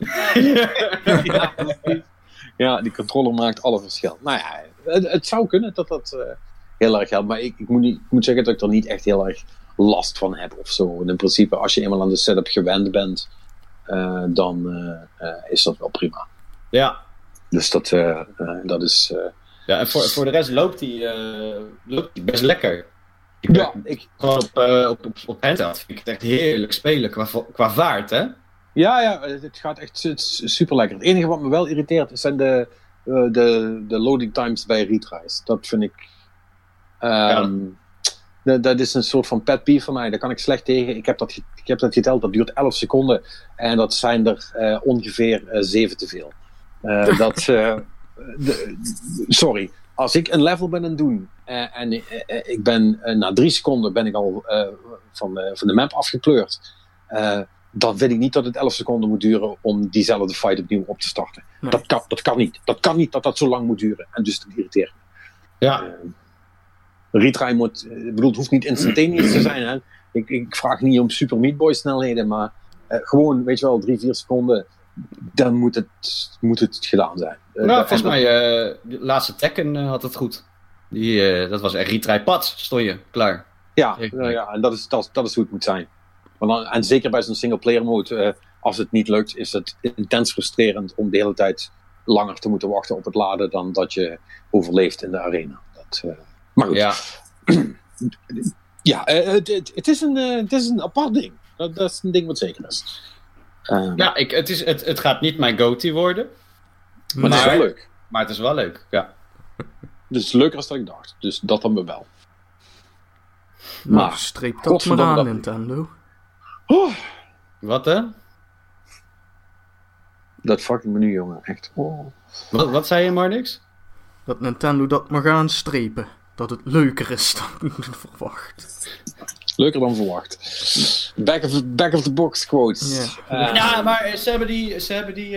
Ja, die controller maakt alle verschil. Nou ja, het zou kunnen dat heel erg helpt. Maar ik moet zeggen dat ik er niet echt heel erg last van heb of zo. En in principe, als je eenmaal aan de setup gewend bent, dan is dat wel prima. Ja. Dus dat is... Ja, en voor de rest loopt die best lekker. Gewoon op handheld vind ik het echt heerlijk spelen qua vaart, hè? Ja, het gaat echt super lekker. Het enige wat me wel irriteert zijn de loading times bij retries. Dat vind ik... Dat is een soort van pet peeve van mij. Daar kan ik slecht tegen. Ik heb dat geteld. Dat duurt 11 seconden. En dat zijn er ongeveer 7 te veel. Sorry. Als ik een level ben aan het doen en ik ben na 3 seconden ben ik al van de map afgekleurd, dan vind ik niet dat het 11 seconden moet duren om diezelfde fight opnieuw op te starten. Nee. Dat kan niet. Dat kan niet dat dat zo lang moet duren. En dus dat irriteert me. Ja. Retry moet... Ik bedoel, het hoeft niet instantaneous te zijn. Hè? Ik vraag niet om Super Meat Boy snelheden, maar gewoon, weet je wel, 3-4 seconden, dan moet het gedaan zijn. Volgens mij, de laatste Tekken had het goed. Dat was echt retry pad, stond je, klaar. Ja, en dat is hoe het moet zijn. En zeker bij zo'n single-player mode, als het niet lukt, is het intens frustrerend om de hele tijd langer te moeten wachten op het laden dan dat je overleeft in de arena. Maar goed. Ja. Ja, het is een apart ding. Dat is een ding wat zeker is. Ja, het gaat niet mijn go-to worden. Maar het is wel leuk. Maar het is wel leuk, ja. Dus het is leuker dan ik dacht. Dus dat dan wel. Maar streep dat maar aan, Nintendo. Wat hè? Dat fucking menu, jongen. Echt. Oh. Wat zei je, Marnix? Dat Nintendo dat mag aanstrepen. Dat het leuker is dan verwacht. Leuker dan verwacht. Back of the box quotes. Yeah. Ja, maar ze hebben die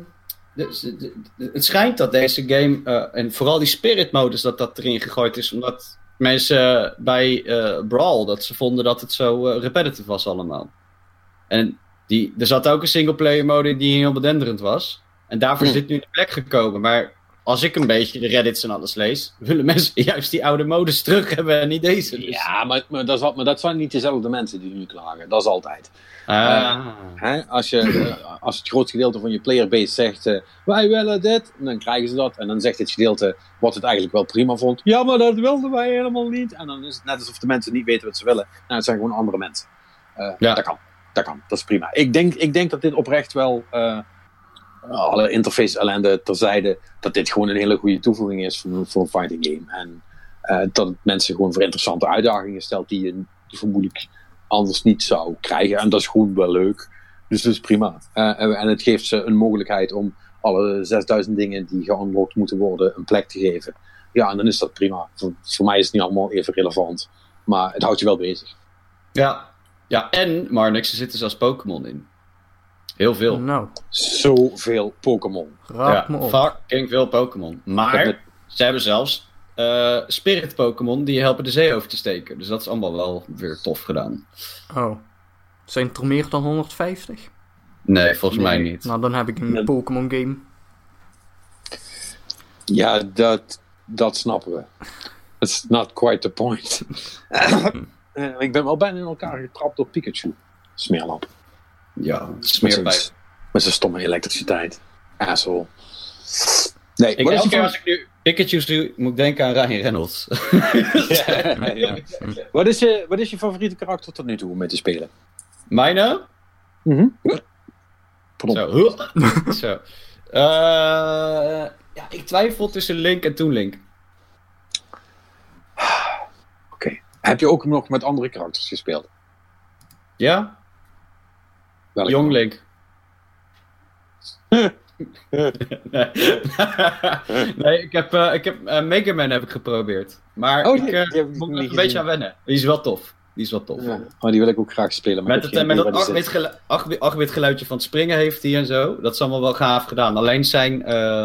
het schijnt dat deze game, en vooral die spirit modus, dat erin gegooid is, omdat mensen bij Brawl, dat ze vonden dat het zo repetitive was allemaal. En er zat ook een singleplayer mode die heel bedenderend was. En daarvoor is dit nu in de plek gekomen. Maar als ik een beetje de Reddits en alles lees, willen mensen juist die oude modus terug hebben en niet deze. Dus. Ja, maar dat zijn niet dezelfde mensen die nu klagen. Dat is altijd. Als het grootste gedeelte van je playerbase zegt, wij willen dit, dan krijgen ze dat. En dan zegt het gedeelte wat het eigenlijk wel prima vond, ja, maar dat wilden wij helemaal niet. En dan is het net alsof de mensen niet weten wat ze willen. Nou, het zijn gewoon andere mensen. Dat kan, dat is prima. Ik denk dat dit oprecht wel, alle interface ellende terzijde, dat dit gewoon een hele goede toevoeging is voor een fighting game. En dat het mensen gewoon voor interessante uitdagingen stelt die je vermoedelijk anders niet zou krijgen. En dat is gewoon wel leuk. Dus dat is prima. En het geeft ze een mogelijkheid om alle 6000 dingen die geunlocked moeten worden een plek te geven. Ja, en dan is dat prima. Voor mij is het niet allemaal even relevant. Maar het houdt je wel bezig. Ja, en Marnix, er zitten zelfs Pokémon in. Heel veel. Nou. Zoveel Pokémon. Raad me op. Fucking veel Pokémon. Maar ze hebben zelfs Spirit Pokémon die helpen de zee over te steken. Dus dat is allemaal wel weer tof gedaan. Oh. Zijn het er meer dan 150? Nee, volgens mij niet. Nou, dan heb ik een Pokémon game. Ja, dat snappen we. That's not quite the point. Ik ben wel bijna in elkaar getrapt door Pikachu. Smeerlap. Ja, smeerpijp. Met zijn stomme elektriciteit. Asshole. Nee, elke keer als ik nu Pikachu's doe, moet ik denken aan Ryan Reynolds. Ja. Wat is je favoriete karakter tot nu toe om mee te spelen? Mijne? Zo. Ja, ik twijfel tussen Link en Toon Link. Oké. Heb je ook nog met andere karakters gespeeld? Ja? Welke? Young Link. Nee, ik heb Mega Man heb ik geprobeerd. Maar ik moet er een beetje aan wennen. Die is wel tof. Ja. Oh, die wil ik ook graag spelen. Maar met dat 8-bit geluidje van het springen heeft hij en zo. Dat is allemaal wel gaaf gedaan. Alleen zijn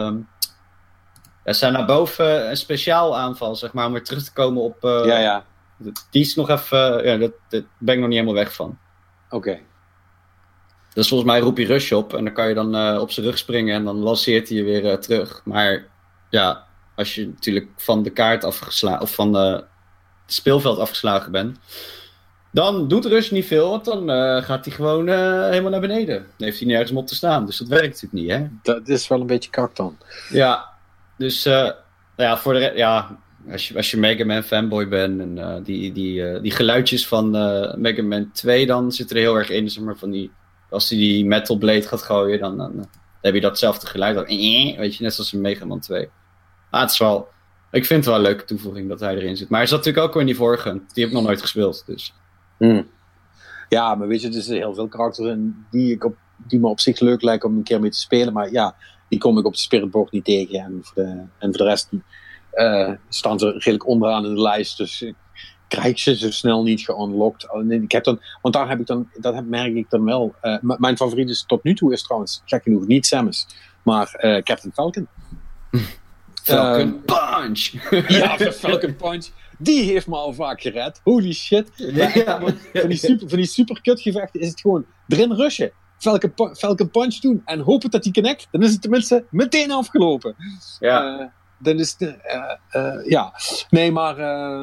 naar boven een speciaal aanval, zeg maar, om weer terug te komen op... Die is nog even... daar ben ik nog niet helemaal weg van. Oké. Dus volgens mij roep je Rush op en dan kan je dan op zijn rug springen en dan lanceert hij je weer terug. Maar ja, als je natuurlijk van de kaart afgeslagen of van het speelveld afgeslagen bent, dan doet Rush niet veel, want dan gaat hij gewoon helemaal naar beneden. Dan heeft hij nergens om op te staan, dus dat werkt natuurlijk niet, hè? Dat is wel een beetje kak dan. Ja, dus voor de als je Mega Man fanboy bent en die geluidjes van Mega Man 2, dan zit er heel erg in, zeg maar, van als hij die Metal Blade gaat gooien, dan heb je datzelfde geluid. Dan, weet je, net zoals in Mega Man 2. Het is wel... Ik vind het wel een leuke toevoeging dat hij erin zit. Maar hij zat natuurlijk ook weer in die vorige. Die heb ik nog nooit gespeeld, dus... Ja, maar weet je, er zitten heel veel karakters in die me op zich leuk lijken om een keer mee te spelen. Maar ja, die kom ik op de Spiritboard niet tegen. En voor de rest staan ze redelijk onderaan in de lijst. Dus krijg ze zo snel niet geunlocked. Want dat merk ik dan wel. Mijn favoriet is tot nu toe is trouwens, gek genoeg, niet Samus. Maar Captain Falcon. Falcon Punch! Ja, Falcon Punch. Die heeft me al vaak gered. Holy shit. Ja. Van die super kutgevechten is het gewoon erin rushen. Falcon Punch doen. En hopen dat die connect. Dan is het tenminste meteen afgelopen. Ja. Dan is het... ja. Nee, maar...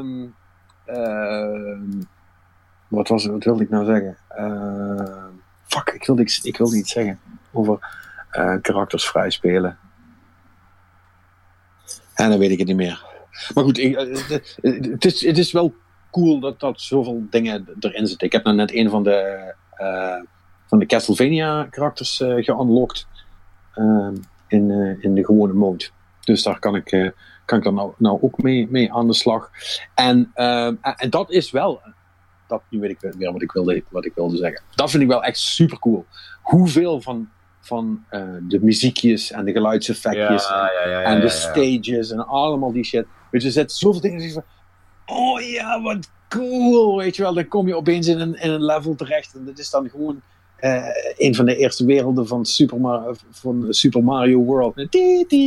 wat wilde ik nou zeggen? Fuck, ik wilde iets zeggen. Over karakters vrij spelen. En dan weet ik het niet meer. Maar goed, het is wel cool dat zoveel dingen erin zitten. Ik heb nou net een van de Castlevania karakters geunlocked in de gewone mode. Dus daar kan ik dan nou ook mee aan de slag. En dat is wel... Nu weet ik weer wat ik wilde zeggen. Dat vind ik wel echt super cool. Hoeveel van de muziekjes en de geluidseffectjes en de stages en allemaal die shit. Weet je, er zitten zoveel dingen in van, oh ja, wat cool, weet je wel. Dan kom je opeens in een level terecht en dat is dan gewoon een van de eerste werelden van Super Mario World. En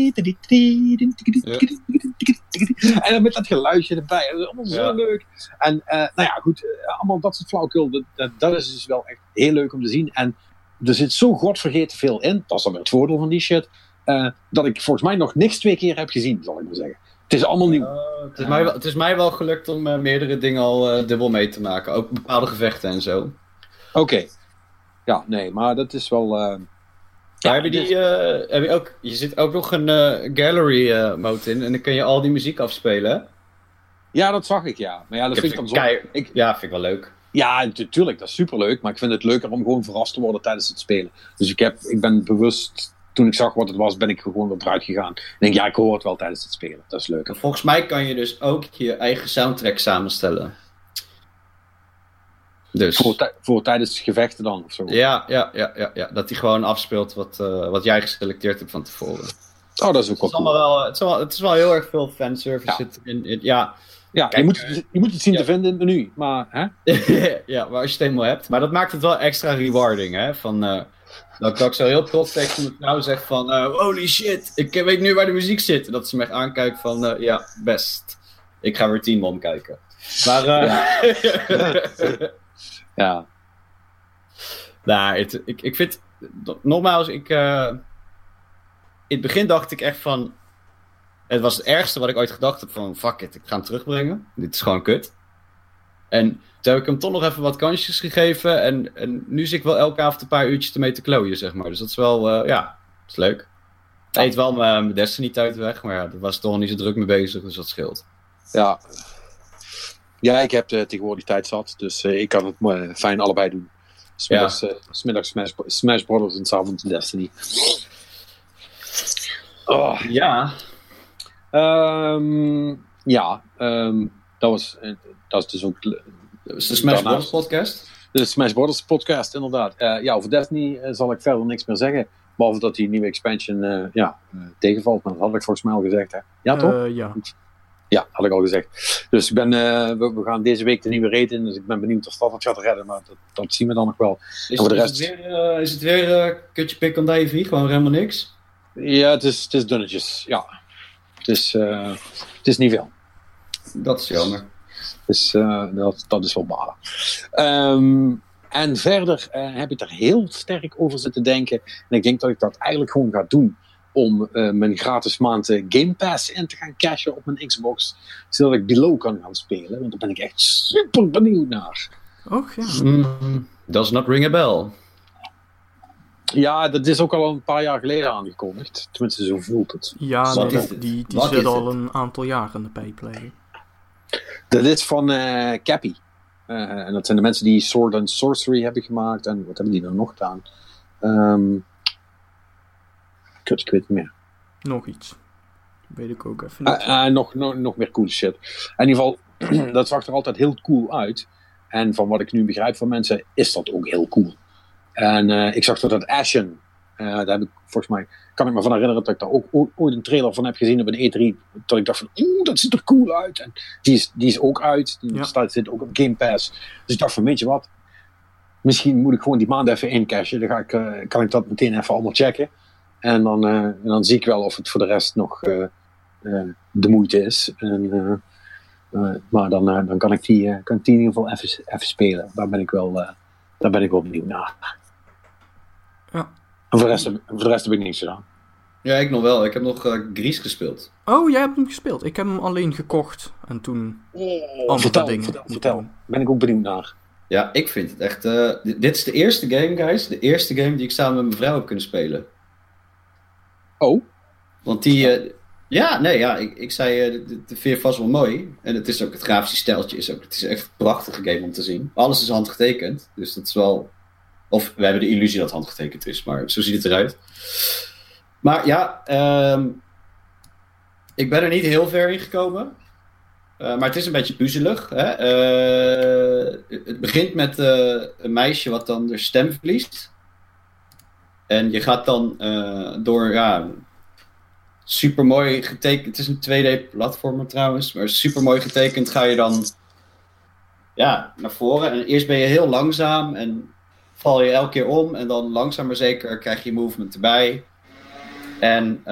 dan met dat geluidje erbij. Dat is allemaal zo leuk. En nou ja, goed, allemaal dat soort flauwekul, dat is dus wel echt heel leuk om te zien. En er zit zo godvergeten veel in, dat is dan weer het voordeel van die shit, dat ik volgens mij nog niks 2 keer heb gezien, zal ik maar zeggen. Het is allemaal nieuw. Het is mij wel gelukt om meerdere dingen al dubbel mee te maken. Ook bepaalde gevechten en zo. Oké. Ja, nee, maar dat is wel... heb je ook... Je zit ook nog een gallery mode in en dan kun je al die muziek afspelen. Ja, dat zag ik, ja. Maar ja, dat vind ik dan zo... Ja, vind ik wel leuk. Ja, natuurlijk, dat is superleuk. Maar ik vind het leuker om gewoon verrast te worden tijdens het spelen. Dus ik ben bewust... Toen ik zag wat het was, ben ik gewoon weer eruit gegaan. Ik denk, ja, ik hoor het wel tijdens het spelen. Dat is leuk. En volgens mij kan je dus ook je eigen soundtrack samenstellen. Dus. Voor tijdens gevechten dan, of zo? Ja. Dat hij gewoon afspeelt wat jij geselecteerd hebt van tevoren. Oh, dat is ook cool. Het is wel heel erg veel fanservice. Ja, je moet het zien te vinden in het menu. Maar, hè? Ja, maar als je het eenmaal hebt. Maar dat maakt het wel extra rewarding, hè? Dat ik zo heel trots tegen mijn vrouw zeg van... holy shit, ik weet nu waar de muziek zit. En dat ze me echt aankijkt van... ja, best. Ik ga weer Teen Mom kijken. Maar... ja. Nou, ik vind... Nogmaals, in het begin dacht ik echt van... Het was het ergste wat ik ooit gedacht heb van... Fuck it, ik ga hem terugbrengen. Dit is gewoon kut. En toen heb ik hem toch nog even wat kansjes gegeven. En nu zit ik wel elke avond een paar uurtjes ermee te klooien, zeg maar. Dus dat is wel, dat is leuk. Ik eet wel mijn Destiny-tijd weg. Maar ja, daar was ik toch niet zo druk mee bezig. Dus dat scheelt. Ja. Ja, ik heb tegenwoordig tijd zat. Dus ik kan het fijn allebei doen. 'Smiddags Smash Brothers en 's avonds Destiny. Oh. Ja. Dat is dus ook... Dat is de Smash Brothers podcast? De Smash Brothers podcast, inderdaad. Over Destiny zal ik verder niks meer zeggen. Behalve dat die nieuwe expansion tegenvalt. Maar dat had ik volgens mij al gezegd, hè? Ja, toch? Ja. Ja, had ik al gezegd. Dus we gaan deze week de nieuwe raid in. Dus ik ben benieuwd of dat het gaat redden. Maar dat zien we dan nog wel. Is het weer kutje pik on Davy? Gewoon helemaal niks? Ja, het is dunnetjes. Ja. Het is niet veel. Dat is jammer. Dus dat is wel balen. En verder heb ik er heel sterk over zitten denken. En ik denk dat ik dat eigenlijk gewoon ga doen. Om mijn gratis maand Game Pass in te gaan cashen op mijn Xbox. Zodat ik Below kan gaan spelen. Want daar ben ik echt super benieuwd naar. Och ja. Does not ring a bell. Ja, dat is ook al een paar jaar geleden aangekondigd. Tenminste, zo voelt het. Ja, die zit al een aantal jaar in de pijplijn. Dat is van Cappy. En dat zijn de mensen die Sword and Sorcery hebben gemaakt. En wat hebben die nou nog gedaan? Ik weet het niet meer. Nog iets. Weet ik ook even niet. Nog meer cool shit. In ieder geval, dat zag er altijd heel cool uit. En van wat ik nu begrijp van mensen, is dat ook heel cool. En ik zag dat Ashen, daar heb ik volgens mij, kan ik me van herinneren dat ik daar ook ooit een trailer van heb gezien op een E3. Dat ik dacht van, dat ziet er cool uit. En die is ook uit. Die zit ook op Game Pass. Dus ik dacht van, weet je wat? Misschien moet ik gewoon die maand even incashen. Dan kan ik dat meteen even allemaal checken. En dan zie ik wel of het voor de rest nog de moeite is. Maar dan kan ik die in ieder geval even spelen. Daar ben ik wel benieuwd naar. Ja. En voor de rest heb ik niks gedaan. Ja, ik nog wel. Ik heb nog Gries gespeeld. Oh, jij hebt hem gespeeld. Ik heb hem alleen gekocht. En toen vertel. Ben ik ook benieuwd naar. Ja, ik vind het echt... dit is de eerste game, guys. De eerste game die ik samen met mijn vrouw heb kunnen spelen. Oh? Want ik zei, de vind je vast wel mooi. En het is ook, het grafische stijltje het is echt een prachtige game om te zien. Alles is handgetekend, dus dat is wel... Of we hebben de illusie dat het handgetekend is, maar zo ziet het eruit. Maar ja, ik ben er niet heel ver in gekomen. Maar het is een beetje puzzelig. Hè? Het begint met een meisje wat dan de stem verliest. En je gaat dan door, super mooi getekend. Het is een 2D-platformer trouwens, maar super mooi getekend ga je dan naar voren. En eerst ben je heel langzaam en val je elke keer om. En dan langzaam maar zeker krijg je movement erbij. En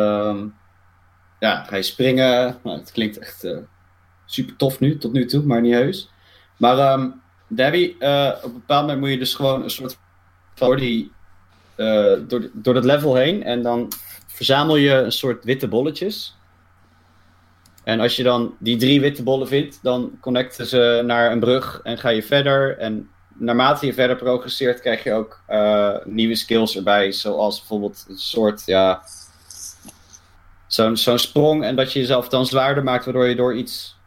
ga je springen. Nou, het klinkt echt super tof tot nu toe, maar niet heus. Maar Debbie, op een bepaald moment moet je dus gewoon een soort van door dat level heen. En dan verzamel je een soort witte bolletjes. En als je dan die 3 witte bollen vindt, dan connecten ze naar een brug en ga je verder. En naarmate je verder progresseert, krijg je ook nieuwe skills erbij. Zoals bijvoorbeeld een soort, zo'n sprong. En dat je jezelf dan zwaarder maakt, waardoor je door iets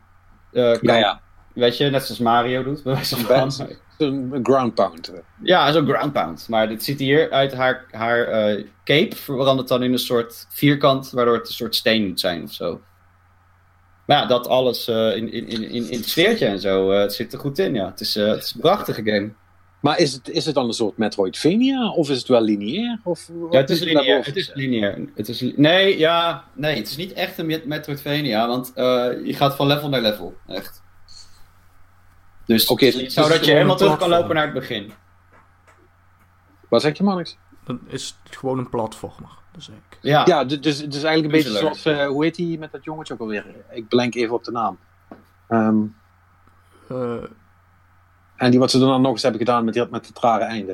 weet je, net zoals Mario doet. Bij wijze van. Een ground pound. Ja, zo'n ground pound. Maar dit ziet hier uit haar cape verandert dan in een soort vierkant, waardoor het een soort steen moet zijn of zo. Maar ja, dat alles in het sfeertje en zo. Het zit er goed in, ja. Het is een prachtige game. Maar is het dan een soort Metroidvania? Of is het wel lineair? Het is lineair. Het is lineair. Nee, het is niet echt een Metroidvania, want je gaat van level naar level. Echt. Dus het is niet zo dat je helemaal terug kan lopen naar het begin. Wat zeg je, Mannix? Dan is het gewoon een platformer. Dus dus het is eigenlijk een beetje zoals, hoe heet die met dat jongetje ook alweer? Ik blank even op de naam. En die wat ze dan nog eens hebben gedaan met het rare einde.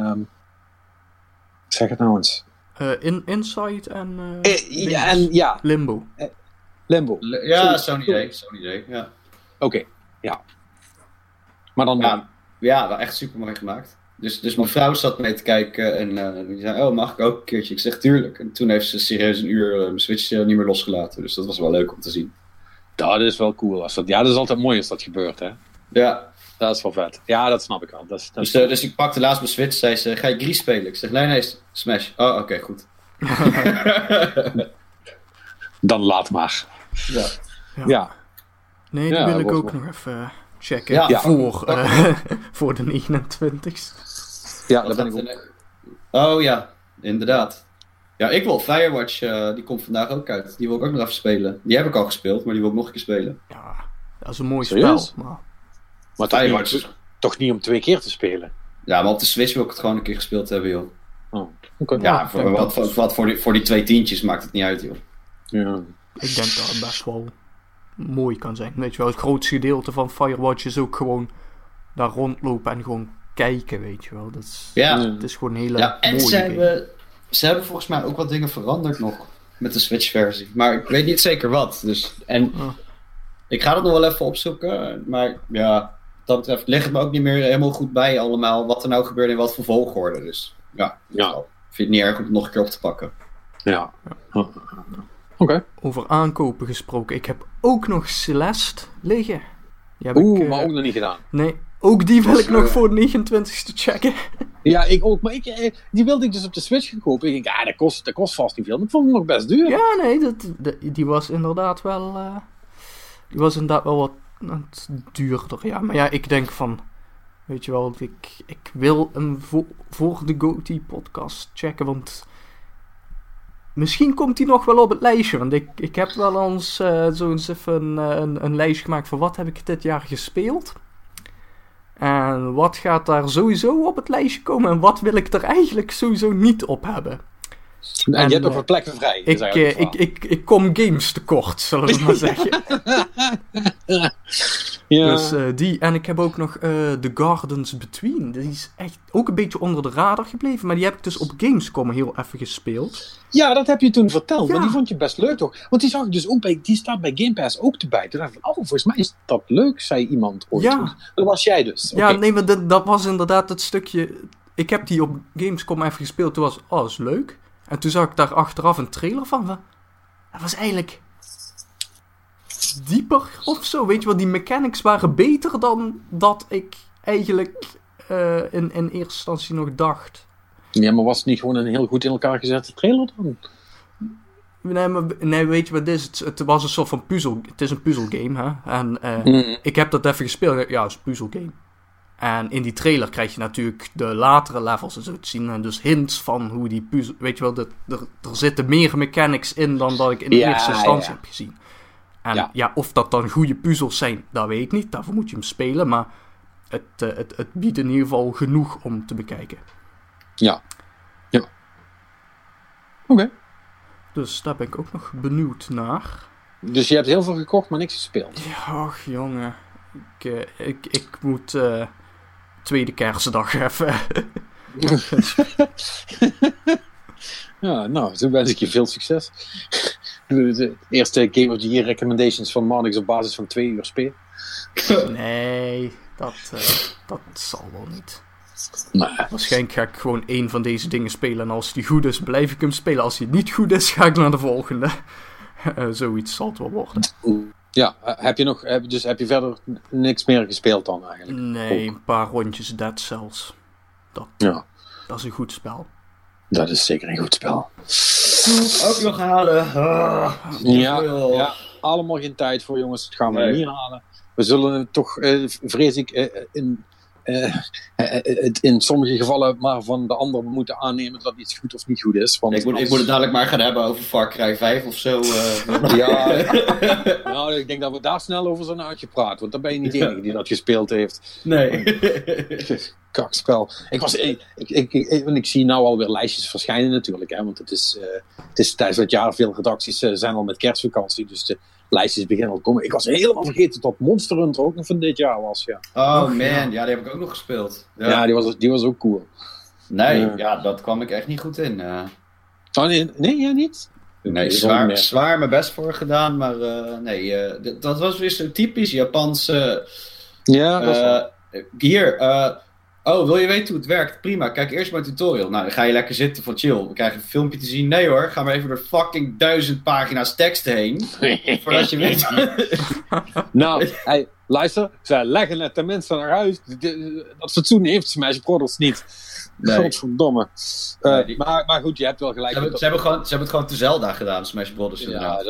Zeg het nou eens. Inside en Limbo. Limbo. Zo'n idee. Ja. Oké, ja. Maar dan... Ja, wel echt super mooi gemaakt. Dus mijn vrouw zat mee te kijken en die zei, mag ik ook een keertje? Ik zeg, tuurlijk. En toen heeft ze serieus een uur mijn Switch niet meer losgelaten. Dus dat was wel leuk om te zien. Dat is wel cool. Dat is altijd mooi als dat gebeurt, hè? Ja. Dat is wel vet. Ja, dat snap ik al. Dus ik pakte laatst mijn Switch, zei ze, ga je Gris spelen? Ik zeg, nee, Smash. Oh, oké, goed. Dan laat maar. Ja. Nee, die wil ik ook nog even checken. Voor de 29ste. Ja, daar ben ik ook. Oh ja, inderdaad. Ja, ik wil Firewatch, die komt vandaag ook uit. Die wil ik ook nog even spelen. Die heb ik al gespeeld, maar die wil ik nog een keer spelen. Ja, dat is een mooi spel. Maar toch niet om 2 keer te spelen? Ja, maar op de Switch wil ik het gewoon een keer gespeeld hebben, joh. Oh, oké. Ja, voor die 2 tientjes maakt het niet uit, joh. Ja. Ik denk dat het best wel mooi kan zijn. Weet je wel, het grootste gedeelte van Firewatch is ook gewoon daar rondlopen en gewoon kijken, weet je wel. Het is gewoon een hele mooie ze hebben volgens mij ook wat dingen veranderd nog met de Switch-versie. Maar ik weet niet zeker wat. Dus, ik ga het nog wel even opzoeken. Maar ja, dat betreft ligt het me ook niet meer helemaal goed bij allemaal. Wat er nou gebeurt en wat voor volgorde. Dus ik vind het niet erg om het nog een keer op te pakken. Ja. Oké. Over aankopen gesproken. Ik heb ook nog Celeste liggen. Maar ook nog niet gedaan. Nee, ook die wil ik nog voor de 29ste checken. Ja, ik ook. Maar die wilde ik dus op de Switch gaan kopen. Ik denk, dat kost vast niet veel. Maar ik vond het nog best duur. Ja, nee, die was inderdaad wel... wat duurder. Ja, maar ja, ik denk van... Weet je wel, ik wil hem voor de GOTY-podcast checken, want... Misschien komt hij nog wel op het lijstje, want ik heb wel eens zo eens even een lijstje gemaakt van wat heb ik dit jaar gespeeld. En wat gaat daar sowieso op het lijstje komen en wat wil ik er eigenlijk sowieso niet op hebben. En je hebt ook wat plekken vrij. Ik kom games tekort, zullen we maar zeggen. Ja. Dus die, en ik heb ook nog The Gardens Between. Die is echt ook een beetje onder de radar gebleven, maar die heb ik dus op Gamescom heel even gespeeld. Ja, dat heb je toen verteld, maar die vond je best leuk toch? Want die zag ik dus ook die staat bij Game Pass ook erbij. Toen dacht ik van, volgens mij is dat leuk, zei iemand ooit. Ja. Dat was jij dus. Ja, nee, maar dat was inderdaad het stukje... Ik heb die op Gamescom even gespeeld, toen was dat is leuk. En toen zag ik daar achteraf een trailer van. Dat was eigenlijk dieper of zo. Weet je wel, die mechanics waren beter dan dat ik eigenlijk in eerste instantie nog dacht. Ja, maar was het niet gewoon een heel goed in elkaar gezette trailer dan? Nee, weet je wat het is? Het was een soort van puzzel. Het is een puzzelgame, hè. En ik heb dat even gespeeld. Ja, het is een puzzelgame. En in die trailer krijg je natuurlijk de latere levels en zo te zien. En dus hints van hoe die puzzel... Weet je wel, er zitten meer mechanics in dan dat ik in eerste instantie heb gezien. En of dat dan goede puzzels zijn, dat weet ik niet. Daarvoor moet je hem spelen. Maar het biedt in ieder geval genoeg om te bekijken. Ja. Oké. Dus daar ben ik ook nog benieuwd naar. Dus je hebt heel veel gekocht, maar niks gespeeld? Ja, och jongen. Ik moet tweede kerstdag even. Ja, nou, toen wens ik je veel succes. De eerste Game of the Year recommendations van Marnix op basis van 2 uur spelen. Nee, dat zal wel niet. Maar... Waarschijnlijk ga ik gewoon 1 van deze dingen spelen. En als die goed is, blijf ik hem spelen. Als die niet goed is, ga ik naar de volgende. Zoiets zal het wel worden. Ja, heb je verder niks meer gespeeld dan eigenlijk? Nee, een paar rondjes Dead Cells. Dat is een goed spel. Dat is zeker een goed spel. Ook nog halen. Ja, allemaal geen tijd voor, jongens. Dat gaan we niet halen. We zullen het toch, vrees ik, in sommige gevallen maar van de ander moeten aannemen dat iets goed of niet goed is. Want ik moet het dadelijk maar gaan hebben over Far Cry 5 of zo. Nou, ik denk dat we daar snel over zijn uitgepraat. Want dan ben je niet de enige die dat gespeeld heeft. Nee. Kakspel. Ik zie nou alweer lijstjes verschijnen natuurlijk. Hè, want het is tijdens het jaar veel redacties zijn al met kerstvakantie. Dus de lijstjes beginnen al te komen. Ik was helemaal vergeten dat Monster Hunter ook nog van dit jaar was. Ja. Oh man, ja, die heb ik ook nog gespeeld. Ja, die was ook cool. Nee, dat kwam ik echt niet goed in. Oh nee, jij niet? Nee, zwaar mijn best voor gedaan, maar dat was weer zo'n typisch Japanse... Ja, dat is hier, wil je weten hoe het werkt? Prima, kijk eerst mijn tutorial. Nou, dan ga je lekker zitten van chill. We krijgen een filmpje te zien. Nee hoor, ga maar even door fucking 1000 pagina's tekst heen. Voordat je weet... Nou, hey, luister. Ze leggen het tenminste naar huis. Dat fatsoen heeft Smash Brothers niet. Nee. Godverdomme. Maar goed, je hebt wel gelijk. Ze hebben het gewoon te Zelda gedaan, Smash Brothers.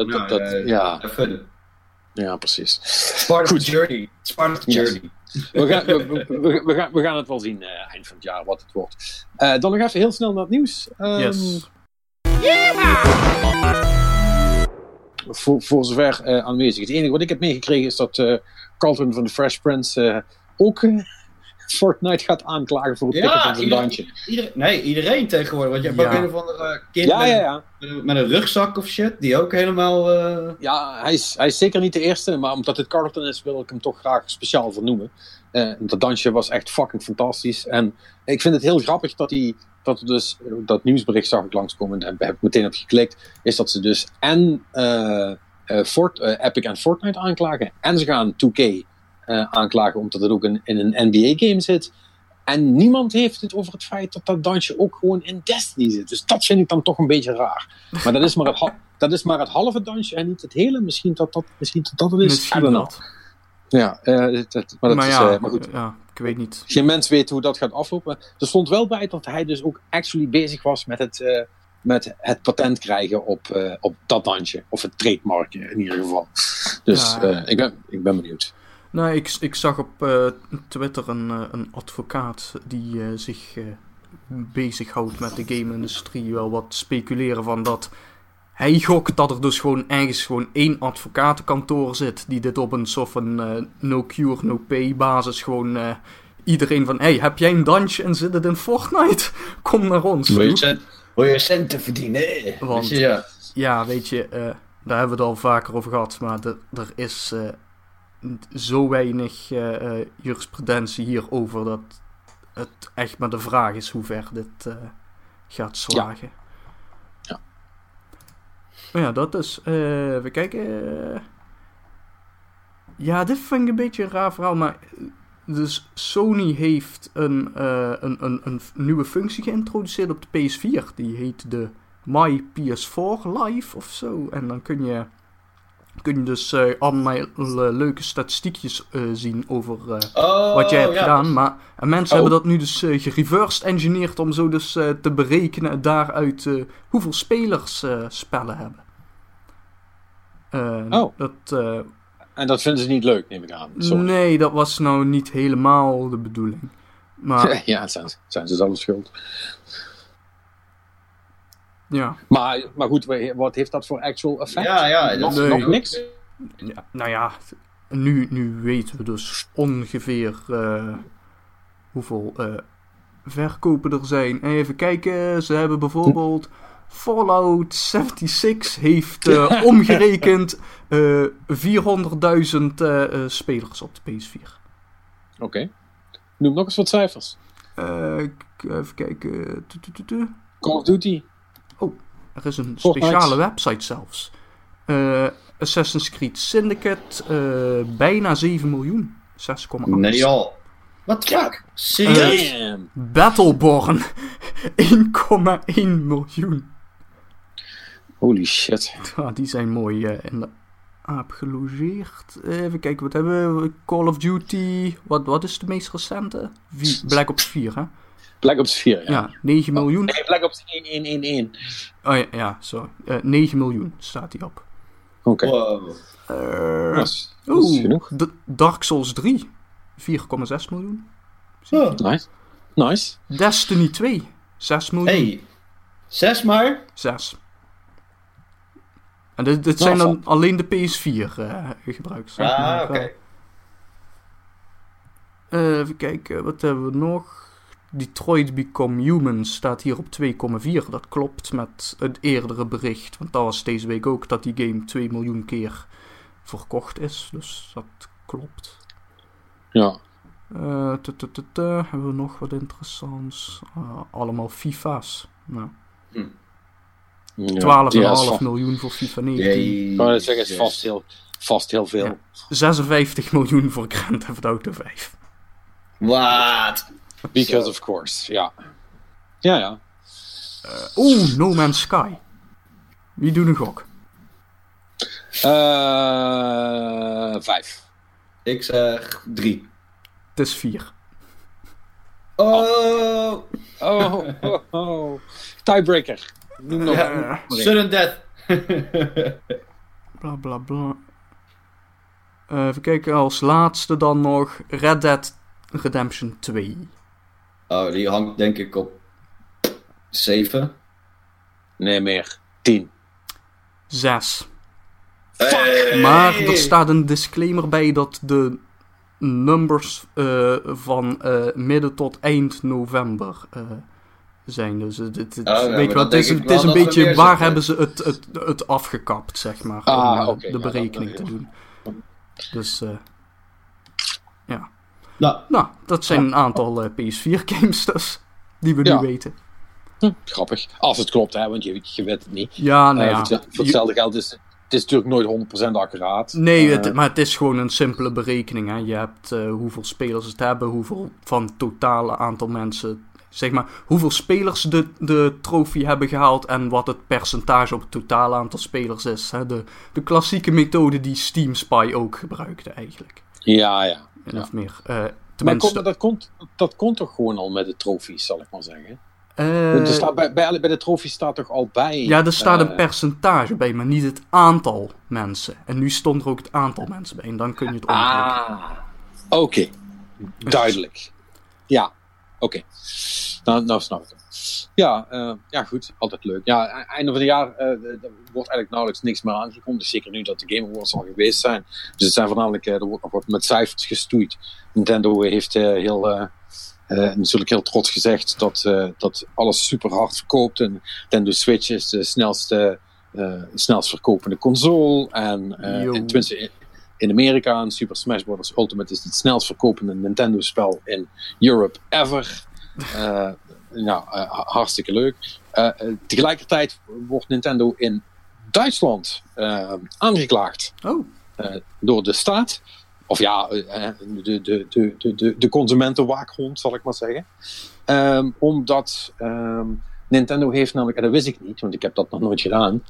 Ja, precies. Part of the journey. We gaan het wel zien eind van het jaar wat het wordt. Dan nog even heel snel naar het nieuws. Yes. Voor zover aanwezig. Het enige wat ik heb meegekregen is dat Carlton van de Fresh Prince ook Fortnite gaat aanklagen voor het pikken van zijn dansje. Iedereen tegenwoordig. Want je hebt ook een of andere kind met een rugzak of shit, die ook helemaal... Ja, hij is zeker niet de eerste, maar omdat het Carlton is, wil ik hem toch graag speciaal vernoemen. Dat dansje was echt fucking fantastisch. En ik vind het heel grappig dat nieuwsbericht zag ik langskomen en heb ik meteen op geklikt, is dat ze dus Epic en Fortnite aanklagen en ze gaan 2K aanklagen omdat het ook in een NBA-game zit. En niemand heeft het over het feit dat dansje ook gewoon in Destiny zit. Dus dat vind ik dan toch een beetje raar. Maar dat is maar het halve dansje en niet het hele. Misschien dat het is. Misschien dat. Ja, maar goed. Ja, ik weet niet. Geen mens weet hoe dat gaat aflopen. Er stond wel bij dat hij dus ook actually bezig was met het patent krijgen op dat dansje. Of het trademarkje in ieder geval. Dus ik ben benieuwd. Nou, ik zag op Twitter een advocaat die zich bezighoudt met de game-industrie wel wat speculeren van dat hij gokt dat er dus gewoon ergens gewoon 1 advocatenkantoor zit die dit op een soort van no cure, no pay basis gewoon iedereen van hey, heb jij een dansje en zit het in Fortnite? Kom naar ons. Wil je centen verdienen? Want, ja, weet je, daar hebben we het al vaker over gehad, maar er is... zo weinig jurisprudentie hierover dat het echt maar de vraag is hoe ver dit gaat slagen. Ja. Maar ja, dat is... we kijken... ja, dit vind ik een beetje een raar verhaal, maar... Dus Sony heeft een nieuwe functie geïntroduceerd op de PS4. Die heet de My PS4 Live of zo. En dan kun je dus allemaal leuke statistiekjes zien over wat jij hebt gedaan. En mensen hebben dat nu dus gereversed engineerd om zo dus te berekenen daaruit hoeveel spelers spellen hebben. En dat vinden ze niet leuk, neem ik aan. Sorry. Nee, dat was nou niet helemaal de bedoeling. Maar... ja, zijn ze zelf schuld. Ja. Maar goed, wat heeft dat voor actual effect? Ja, nog niks? Ja, nou ja, nu weten we dus ongeveer hoeveel verkopen er zijn. Even kijken, ze hebben bijvoorbeeld Fallout 76 heeft omgerekend 400.000 spelers op de PS4. Oké. Noem nog eens wat cijfers. Even kijken. Call of Duty. Oh, er is een speciale website zelfs. Assassin's Creed Syndicate, bijna 7 miljoen. 6,8. Nee al. What the fuck? Serieus? Battleborn, 1,1 miljoen. Holy shit. Die zijn mooi in de aap gelogeerd. Even kijken, wat hebben we? Call of Duty. Wat is de meest recente? Black Ops 4, hè? Black Ops 4, ja. Ja, 9 miljoen. Nee, Black Ops 1. Oh ja, sorry. 9 miljoen staat die op. Oké. Wow. Dat is genoeg. Dark Souls 3, 4,6 miljoen. Nice. Destiny 2, 6 miljoen. Hey, 6 maar? 6. En dit zijn dan alleen de PS4 gebruikers. Oké. Even kijken, wat hebben we nog? Detroit Become Human staat hier op 2,4. Dat klopt met het eerdere bericht. Want dat was deze week ook dat die game 2 miljoen keer verkocht is. Dus dat klopt. Ja. Hebben we nog wat interessants? Allemaal FIFA's. Nou. 12,5 miljoen voor FIFA 19. Ik wou net zeggen, is vast heel veel. Ja. 56 miljoen voor Grand Theft Auto 5. What? Because of course, ja. Ja. No Man's Sky. Wie doet een gok? 5. Ik zeg 3. Het is 4. Oh. Tiebreaker. Noem nog Sudden death. Bla bla bla. Even kijken, als laatste dan nog Red Dead Redemption 2. Oh, die hangt denk ik op 7. Nee, meer. 10. 6. Hey. Maar er staat een disclaimer bij dat de numbers van midden tot eind november zijn. Dus het is een beetje waar hebben ze het afgekapt, zeg maar. Om de berekening te doen. Dus ja. Nou, dat zijn een aantal PS4 games dus, die we nu weten. Grappig. Als het klopt, hè, want je weet het niet. Ja, nou ja. Voor hetzelfde geld is het is natuurlijk nooit 100% accuraat. Nee, maar het is gewoon een simpele berekening. Hè. Je hebt hoeveel spelers het hebben, hoeveel van het totale aantal mensen, zeg maar, hoeveel spelers de trofee hebben gehaald en wat het percentage op het totale aantal spelers is. Hè. De klassieke methode die Steam Spy ook gebruikte eigenlijk. Ja. Of meer. Maar dat komt toch gewoon al met de trofies, zal ik maar zeggen. Er staat bij de trofies staat toch al bij... Ja, er staat een percentage bij, maar niet het aantal mensen. En nu stond er ook het aantal mensen bij. En dan kun je het omrekenen. Oké. Duidelijk. Ja, oké. Nou snap ik het. Ja, goed. Altijd leuk. Ja, einde van het jaar er wordt eigenlijk nauwelijks niks meer aangekondigd. Zeker nu dat de Game Awards al geweest zijn. Dus het zijn voornamelijk... er wordt nog wat met cijfers gestoeid. Nintendo heeft natuurlijk heel trots gezegd dat alles super hard verkoopt. En Nintendo Switch is de snelst verkopende console. En tenminste in Amerika, en Super Smash Bros. Ultimate is het snelst verkopende Nintendo spel in Europe ever. Hartstikke leuk. Tegelijkertijd wordt Nintendo in Duitsland aangeklaagd door de staat. Of ja, de consumentenwaakhond, zal ik maar zeggen. Omdat Nintendo heeft namelijk, en dat wist ik niet, want ik heb dat nog nooit gedaan.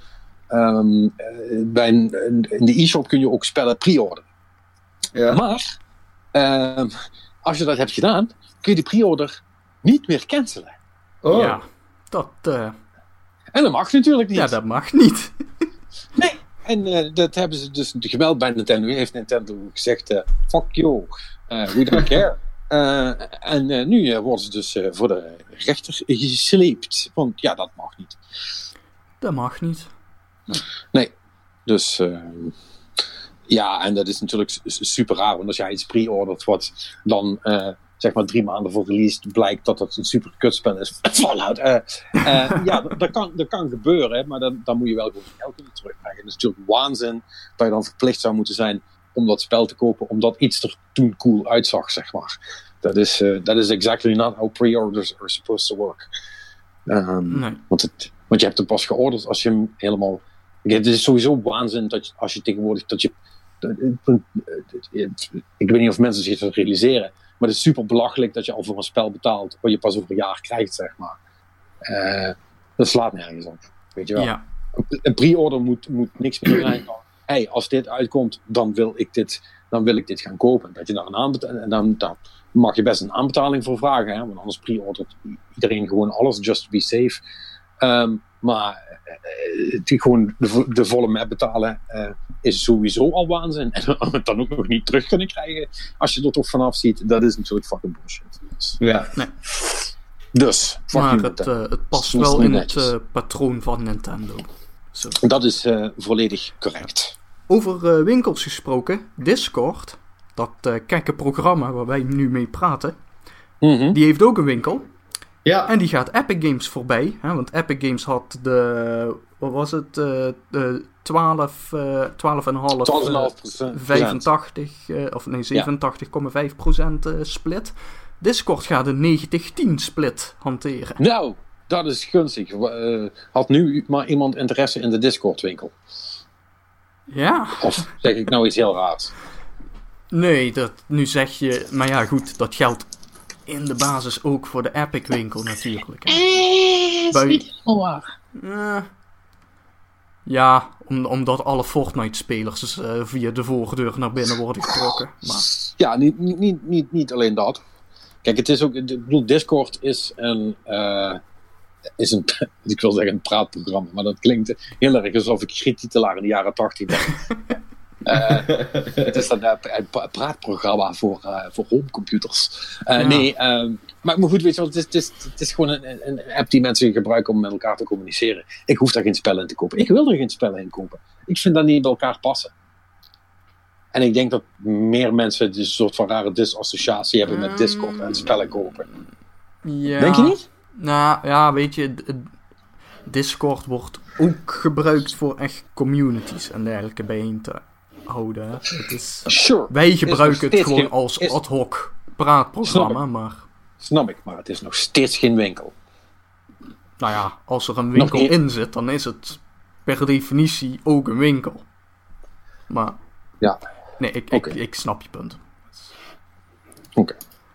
In de e-shop kun je ook spellen pre-orderen. Ja. Maar als je dat hebt gedaan, kun je die pre-order niet meer cancelen. Oh. Ja, dat... En dat mag natuurlijk niet. Ja, dat mag niet. Nee. En dat hebben ze dus gemeld bij Nintendo. Heeft Nintendo gezegd, fuck you, we don't care. En nu worden ze dus voor de rechter gesleept. Want ja, dat mag niet. Dat mag niet. Nee, dus... ja, en dat is natuurlijk super raar. Want als jij iets pre-ordert wat dan... zeg maar 3 maanden voor release blijkt dat het een super kutspel is. Fallout. Ja, dat kan gebeuren, maar dan moet je wel gewoon geld kunnen terugkrijgen. Het is natuurlijk waanzin dat je dan verplicht zou moeten zijn om dat spel te kopen, omdat iets er toen cool uitzag, zeg maar. Dat is exactly not how pre-orders are supposed to work. Nee. Want je hebt hem pas georderd als je hem helemaal... Het is sowieso waanzin dat als je tegenwoordig... ik weet niet of mensen zich dat realiseren, maar het is super belachelijk dat je al voor een spel betaalt wat je pas over een jaar krijgt, zeg maar. Dat slaat nergens op. Weet je wel. Ja. Een pre-order moet niks meer zijn van, hey, als dit uitkomt, dan wil ik dit gaan kopen. Dat je daar dan mag je best een aanbetaling voor vragen, hè? Want anders pre-ordert iedereen gewoon alles, just to be safe. Maar gewoon de volle map betalen is sowieso al waanzin. En om het dan ook nog niet terug kunnen krijgen als je er toch vanaf ziet, dat is natuurlijk fucking bullshit. Dus, ja. Nee. Dus maar het past wel in het patroon van Nintendo. Zo. Dat is volledig correct. Over winkels gesproken, Discord, dat gekke programma waar wij nu mee praten, die heeft ook een winkel. Ja. En die gaat Epic Games voorbij. Hè, want Epic Games had de... Wat was het? De 12,5%. 85... of nee, 87,5% split. Discord gaat een 90-10 split hanteren. Nou, dat is gunstig. Had nu maar iemand interesse in de Discord winkel? Ja. Of zeg ik nou iets heel raars? Nee, nu zeg je... Maar ja, goed, dat geldt in de basis ook voor de Epic winkel natuurlijk. Is niet helemaal waar. Ja, omdat alle Fortnite-spelers via de voordeur naar binnen worden getrokken. Maar... Ja, niet alleen dat. Kijk, het is ook... Ik bedoel, Discord is een ik wil zeggen een praatprogramma, maar dat klinkt heel erg alsof ik schiettitelaar in de jaren 80 ben. Het is een praatprogramma voor homecomputers. Nee, maar goed, weet je wel, het is gewoon een app die mensen gebruiken om met elkaar te communiceren. Ik hoef daar geen spellen in te kopen. Ik wil er geen spellen in kopen. Ik vind dat niet bij elkaar passen. En ik denk dat meer mensen een soort van rare disassociatie hebben met Discord en spellen kopen. Ja. Denk je niet? Nou ja, weet je, Discord wordt ook gebruikt voor echt communities en dergelijke bijeen te houden. Hè. Het is, sure. Wij gebruiken het gewoon als ad hoc praatprogramma, maar... Snap ik, maar het is nog steeds geen winkel. Nou ja, als er een winkel in zit, dan is het per definitie ook een winkel. Maar... Ja. Nee, ik snap je punt. Oké.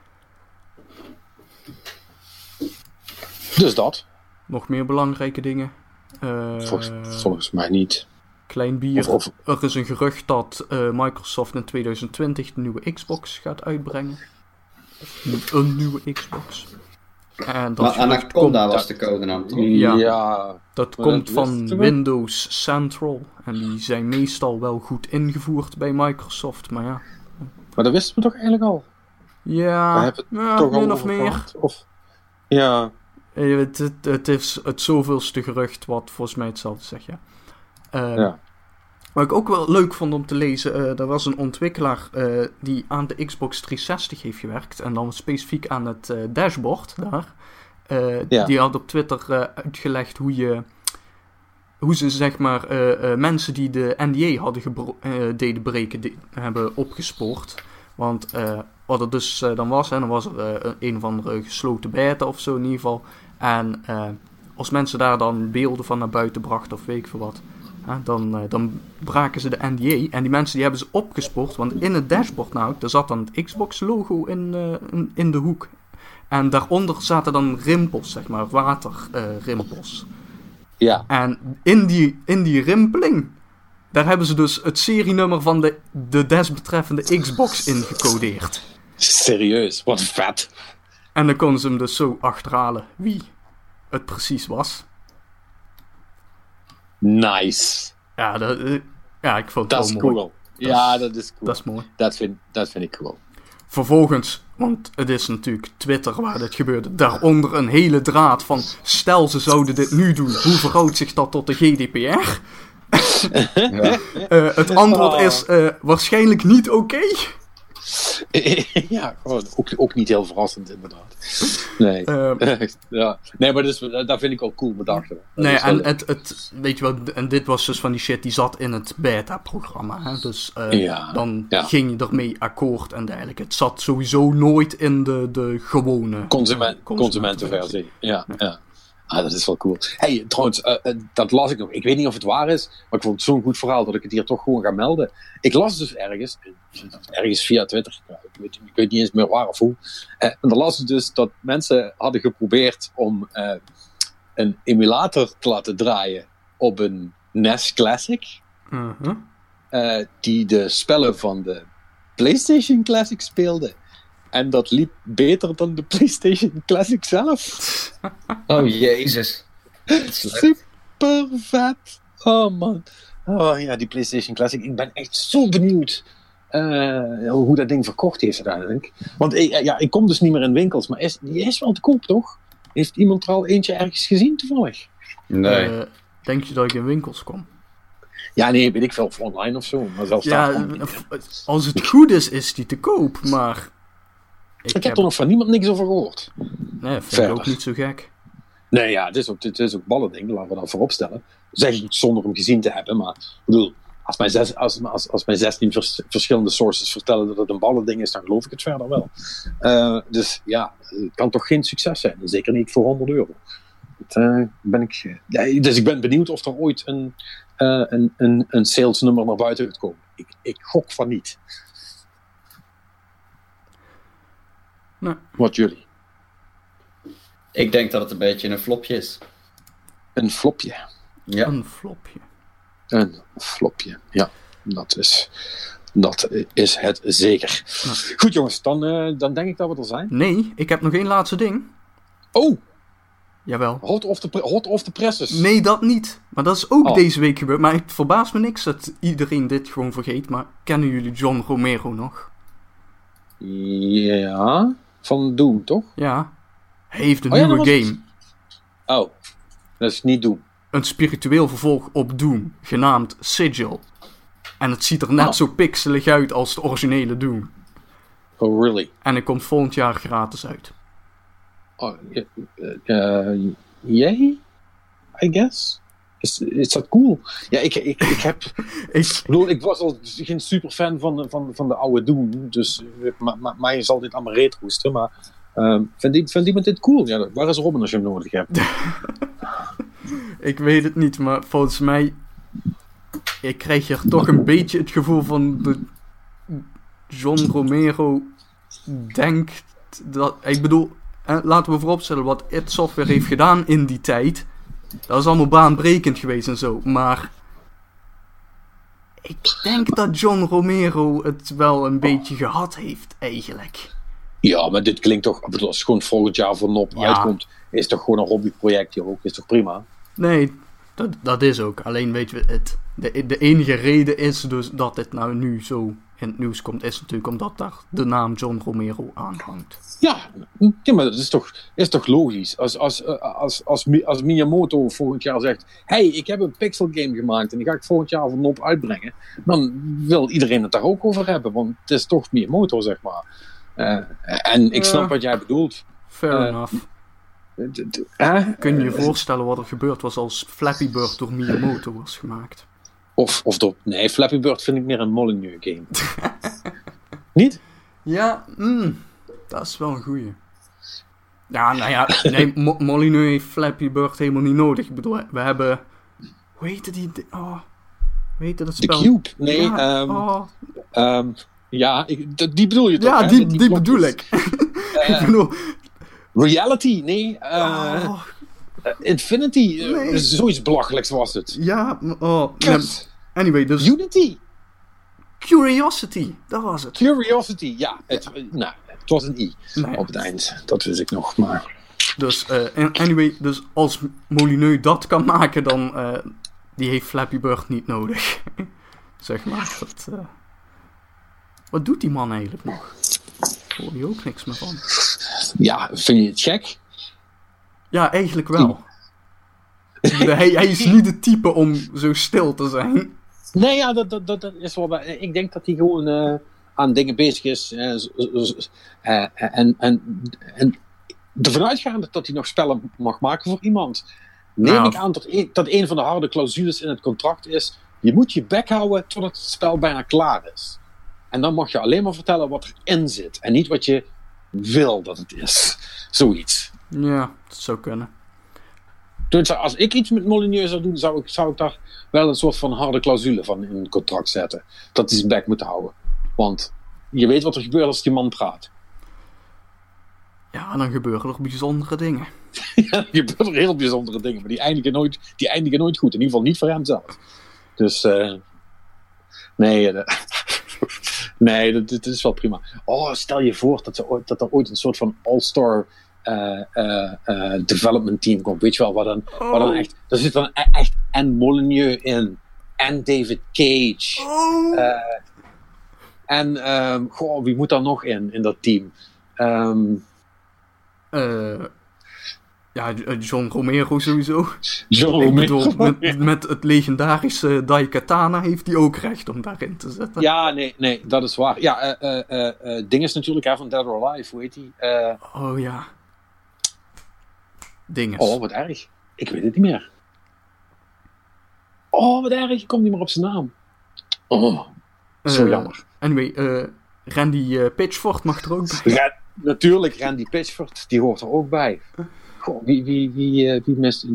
Dus dat. Nog meer belangrijke dingen? Volgens mij niet. Klein bier. Er is een gerucht dat Microsoft in 2020 de nieuwe Xbox gaat uitbrengen. Een nieuwe Xbox. En dat maar Anaconda was de codenaam, toch? Ja, dat komt van Windows Central. En die zijn meestal wel goed ingevoerd bij Microsoft, maar ja. Maar dat wisten we toch eigenlijk al? Ja, min of meer. Ja. Het is het zoveelste gerucht wat volgens mij hetzelfde zegt, ja. Wat ik ook wel leuk vond om te lezen, er was een ontwikkelaar die aan de Xbox 360 heeft gewerkt. En dan specifiek aan het dashboard daar. Die had op Twitter uitgelegd hoe ze zeg maar mensen die de NDA hadden deden breken, hebben opgespoord. Want wat er dus dan was er een of andere gesloten beta of zo in ieder geval. En als mensen daar dan beelden van naar buiten brachten of weet ik veel wat, dan braken ze de NDA. En die mensen die hebben ze opgespoord, want in het dashboard nou, daar zat dan het Xbox logo in de hoek. En daaronder zaten dan rimpels, zeg maar, waterrimpels. Ja. En in die rimpeling, daar hebben ze dus het serienummer van de desbetreffende Xbox ingecodeerd. Serieus, wat vet. En dan konden ze hem dus zo achterhalen wie het precies was. Nice. Ja, Ja, ik vond het wel mooi. Cool. Ja, dat is cool. Dat is mooi. Dat vind ik cool. Vervolgens, want het is natuurlijk Twitter waar dit gebeurde, daaronder een hele draad van, stel ze zouden dit nu doen, hoe verhoudt zich dat tot de GDPR? Ja. Het antwoord is waarschijnlijk niet oké. Ja, gewoon ook niet heel verrassend inderdaad. Nee. Ja. Nee, maar dat vind ik wel cool bedacht. Nee, en het weet je wel, en dit was dus van die shit die zat in het beta-programma. Hè? Dus dan ging je ermee akkoord en dergelijke. Het zat sowieso nooit in de gewone consumentenversie. Ja. Ah, dat is wel cool. Hey, trouwens, dat las ik nog. Ik weet niet of het waar is, maar ik vond het zo'n goed verhaal dat ik het hier toch gewoon ga melden. Ik las dus ergens via Twitter, ik weet niet eens meer waar of hoe. En dan las ik dus dat mensen hadden geprobeerd om een emulator te laten draaien op een NES Classic. Die de spellen van de PlayStation Classic speelde. En dat liep beter dan de PlayStation Classic zelf. Oh, jezus. Super vet. Oh, man. Oh ja, die PlayStation Classic. Ik ben echt zo benieuwd hoe dat ding verkocht heeft uiteindelijk. Want ik kom dus niet meer in winkels, maar die is wel te koop, toch? Heeft iemand er al eentje ergens gezien toevallig? Nee. Denk je dat ik in winkels kom? Ja, nee, weet ik veel. Of online of zo. Maar zelfs als het goed is die te koop, maar... Ik heb er nog van niemand niks over gehoord. Nee, vind ik ook niet zo gek. Nee, ja, het is ook ballending. Laten we dat voorop stellen. Zeg ik zonder hem gezien te hebben. Maar ik bedoel, als mij 16 verschillende sources vertellen dat het een ballending is, dan geloof ik het verder wel. Dus ja, het kan toch geen succes zijn. Zeker niet voor €100. Dus ik ben benieuwd of er ooit een salesnummer naar buiten gaat komen. Ik gok van niet. Nee. Wat jullie? Ik denk dat het een beetje een flopje is. Een flopje? Ja. Een flopje. Een flopje, ja. Dat is het zeker. Ja. Goed jongens, dan denk ik dat we er zijn. Nee, ik heb nog één laatste ding. Oh! Jawel. Hot off the presses. Nee, dat niet. Maar dat is ook deze week gebeurd. Maar het verbaast me niks dat iedereen dit gewoon vergeet. Maar kennen jullie John Romero nog? Ja, van Doom, toch? Ja. Hij heeft een nieuwe game. Oh, dat is niet Doom. Een spiritueel vervolg op Doom, genaamd Sigil. En het ziet er net zo pixelig uit als de originele Doom. Oh, really? En het komt volgend jaar gratis uit. Oh, yay? I guess. Is dat cool? Ja, ik was al geen super fan van de oude Doom, dus maar je zal dit allemaal retroosten, maar vindt iemand dit cool? Ja, waar is Robin als je hem nodig hebt? Ik weet het niet, maar volgens mij ik krijg hier toch een beetje het gevoel van de John Romero denkt dat, ik bedoel, laten we vooropstellen wat id Software heeft gedaan in die tijd. Dat is allemaal baanbrekend geweest en zo, maar ik denk dat John Romero het wel een beetje gehad heeft, eigenlijk. Ja, maar dit klinkt toch, als het gewoon volgend jaar voor NOP uitkomt, is toch gewoon een hobbyprojectje ook, is toch prima? Nee, dat is ook. Alleen weet je, de enige reden is dus dat dit nou nu zo in het nieuws komt, is natuurlijk omdat daar de naam John Romero aan hangt. Ja, maar dat is toch logisch. Als Miyamoto volgend jaar zegt, hey, ik heb een pixel game gemaakt en die ga ik volgend jaar voor NOP uitbrengen, dan wil iedereen het daar ook over hebben, want het is toch Miyamoto, zeg maar. En ik snap wat jij bedoelt. Fair enough. Kun je je voorstellen wat er gebeurd was als Flappy Bird door Miyamoto was gemaakt? Nee, Flappy Bird vind ik meer een Molyneux game. Niet? Ja, dat is wel een goeie. Ja, nou ja, nee, Molyneux heeft Flappy Bird helemaal niet nodig. Ik bedoel, we hebben... Hoe heette die... hoe heette dat spel? The Cube? Nee, ja, die bedoel je toch? Ja, die bedoel ik. Ik bedoel... Reality? Nee. Infinity? Nee. Zoiets belachelijks was het. Ja, anyway, dus... Unity? Curiosity, dat was het. Curiosity, ja. Het was een I op het eind. Dat wist ik nog, maar... Dus, anyway, dus als Molyneux dat kan maken, dan... die heeft Flappy Bird niet nodig. zeg maar. Wat doet die man eigenlijk nog? Daar hoor je ook niks meer van. Ja, vind je het gek? Ja, eigenlijk wel. Hij is niet de type om zo stil te zijn. Nee, ja, dat is wel waar. Ik denk dat hij gewoon aan dingen bezig is. En ervan uitgaande dat hij nog spellen mag maken voor iemand. Neem ik aan dat een van de harde clausules in het contract is: je moet je bek houden totdat het spel bijna klaar is. En dan mag je alleen maar vertellen wat erin zit. En niet wat je wil dat het is. Zoiets. Ja, dat zou kunnen. Dus als ik iets met Molyneux zou doen, zou ik daar wel een soort van harde clausule van in het contract zetten. Dat hij zijn bek moet houden. Want je weet wat er gebeurt als die man praat. Ja, dan gebeuren er bijzondere dingen. Ja, er gebeuren heel bijzondere dingen. Maar die eindigen nooit goed. In ieder geval niet voor hem zelf. Dus, nee, dat is wel prima. Oh, stel je voor dat er ooit een soort van all-star development team komt. Weet je wel, waar dan echt... Er zit dan echt en Molyneux in. En David Cage. Wie moet daar nog in dat team? Ja, John Romero sowieso. John Romero. Met het legendarische Daikatana heeft hij ook recht om daarin te zetten. Ja, nee, dat is waar. Ja, ding is natuurlijk van Dead or Alive, hoe heet die? Oh ja. Dinges. Oh, wat erg. Ik weet het niet meer. Oh, wat erg. Ik kom niet meer op zijn naam. Oh, zo jammer. Anyway, Randy Pitchford mag er ook bij. Natuurlijk, Randy Pitchford, die hoort er ook bij. Goh, wie mist...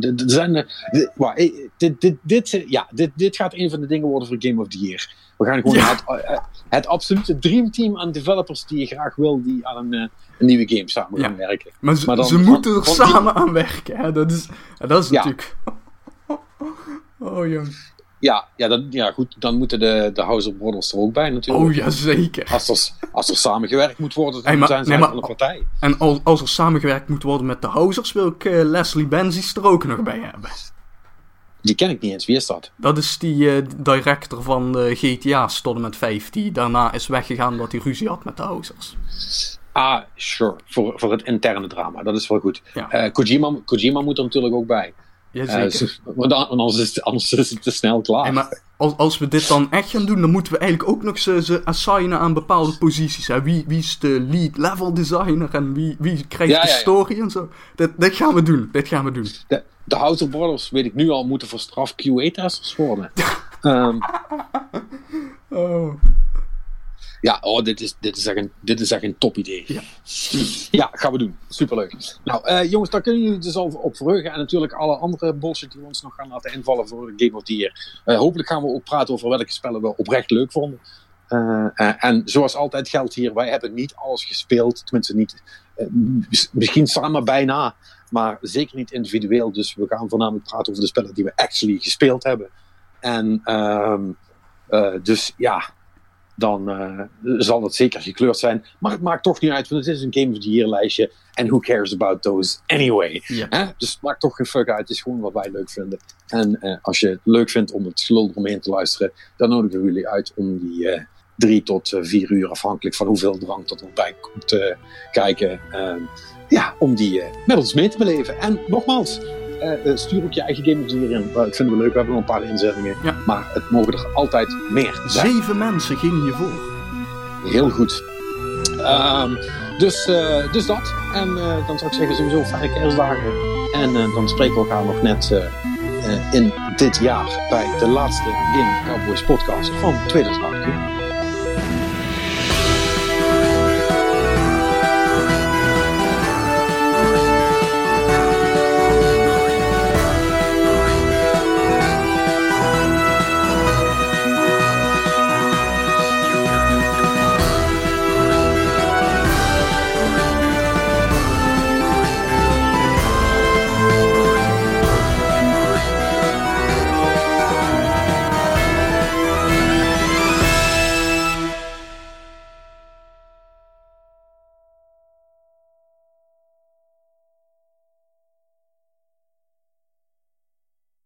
Dit gaat een van de dingen worden voor Game of the Year. We gaan gewoon het absolute dreamteam aan developers die je graag wil, die aan een nieuwe game samen gaan werken. Maar ze moeten er samen aan werken. Hè? Dat is natuurlijk... Oh, jong. Goed, dan moeten de Houser Brothers er ook bij natuurlijk. Oh ja, zeker. Als er samengewerkt moet worden, dan zijn ze van de partij. En als er samengewerkt moet worden met de Housers, wil ik Leslie Benzies er ook nog bij hebben. Die ken ik niet eens, wie is dat? Dat is die director van GTA's tot en met 5, die daarna is weggegaan omdat hij ruzie had met de Housers. Ah, sure. Voor het interne drama, dat is wel goed. Ja. Kojima moet er natuurlijk ook bij. Ja, want anders is het te snel klaar. Hey, maar als we dit dan echt gaan doen, dan moeten we eigenlijk ook nog ze assignen aan bepaalde posities. Hè? Wie is de lead level designer en wie krijgt de story en zo. Dit gaan we doen. De Houser Brothers, weet ik nu al, moeten voor straf QA-testers worden. Ja, dit is echt een top idee. Ja, gaan we doen. Superleuk. Nou, jongens, daar kunnen jullie dus al op verheugen. En natuurlijk alle andere bullshit die we ons nog gaan laten invallen voor Game of the Year. Hopelijk gaan we ook praten over welke spellen we oprecht leuk vonden. En zoals altijd geldt hier, wij hebben niet alles gespeeld. Tenminste niet, misschien samen bijna, maar zeker niet individueel. Dus we gaan voornamelijk praten over de spellen die we actually gespeeld hebben. En dus ja... dan zal het zeker gekleurd zijn. Maar het maakt toch niet uit, want het is een Game of the Year lijstje. En who cares about those anyway? Ja. Dus het maakt toch geen fuck uit. Het is gewoon wat wij leuk vinden. En als je het leuk vindt om het gelul eromheen te luisteren, dan nodigen we jullie uit om die 3 tot 4 uur, afhankelijk van hoeveel drank dat erbij komt, kijken. Om die met ons mee te beleven. En nogmaals... stuur ook je eigen Game of the Year in. Dat vinden we leuk. We hebben nog een paar inzettingen. Ja. Maar het mogen er altijd meer zijn. 7 mensen gingen hiervoor. Heel goed. Dus dat. En dan zou ik zeggen sowieso fijne kerstdagen. En dan spreken we elkaar nog net in dit jaar bij de laatste Game Cowboys podcast van 2018.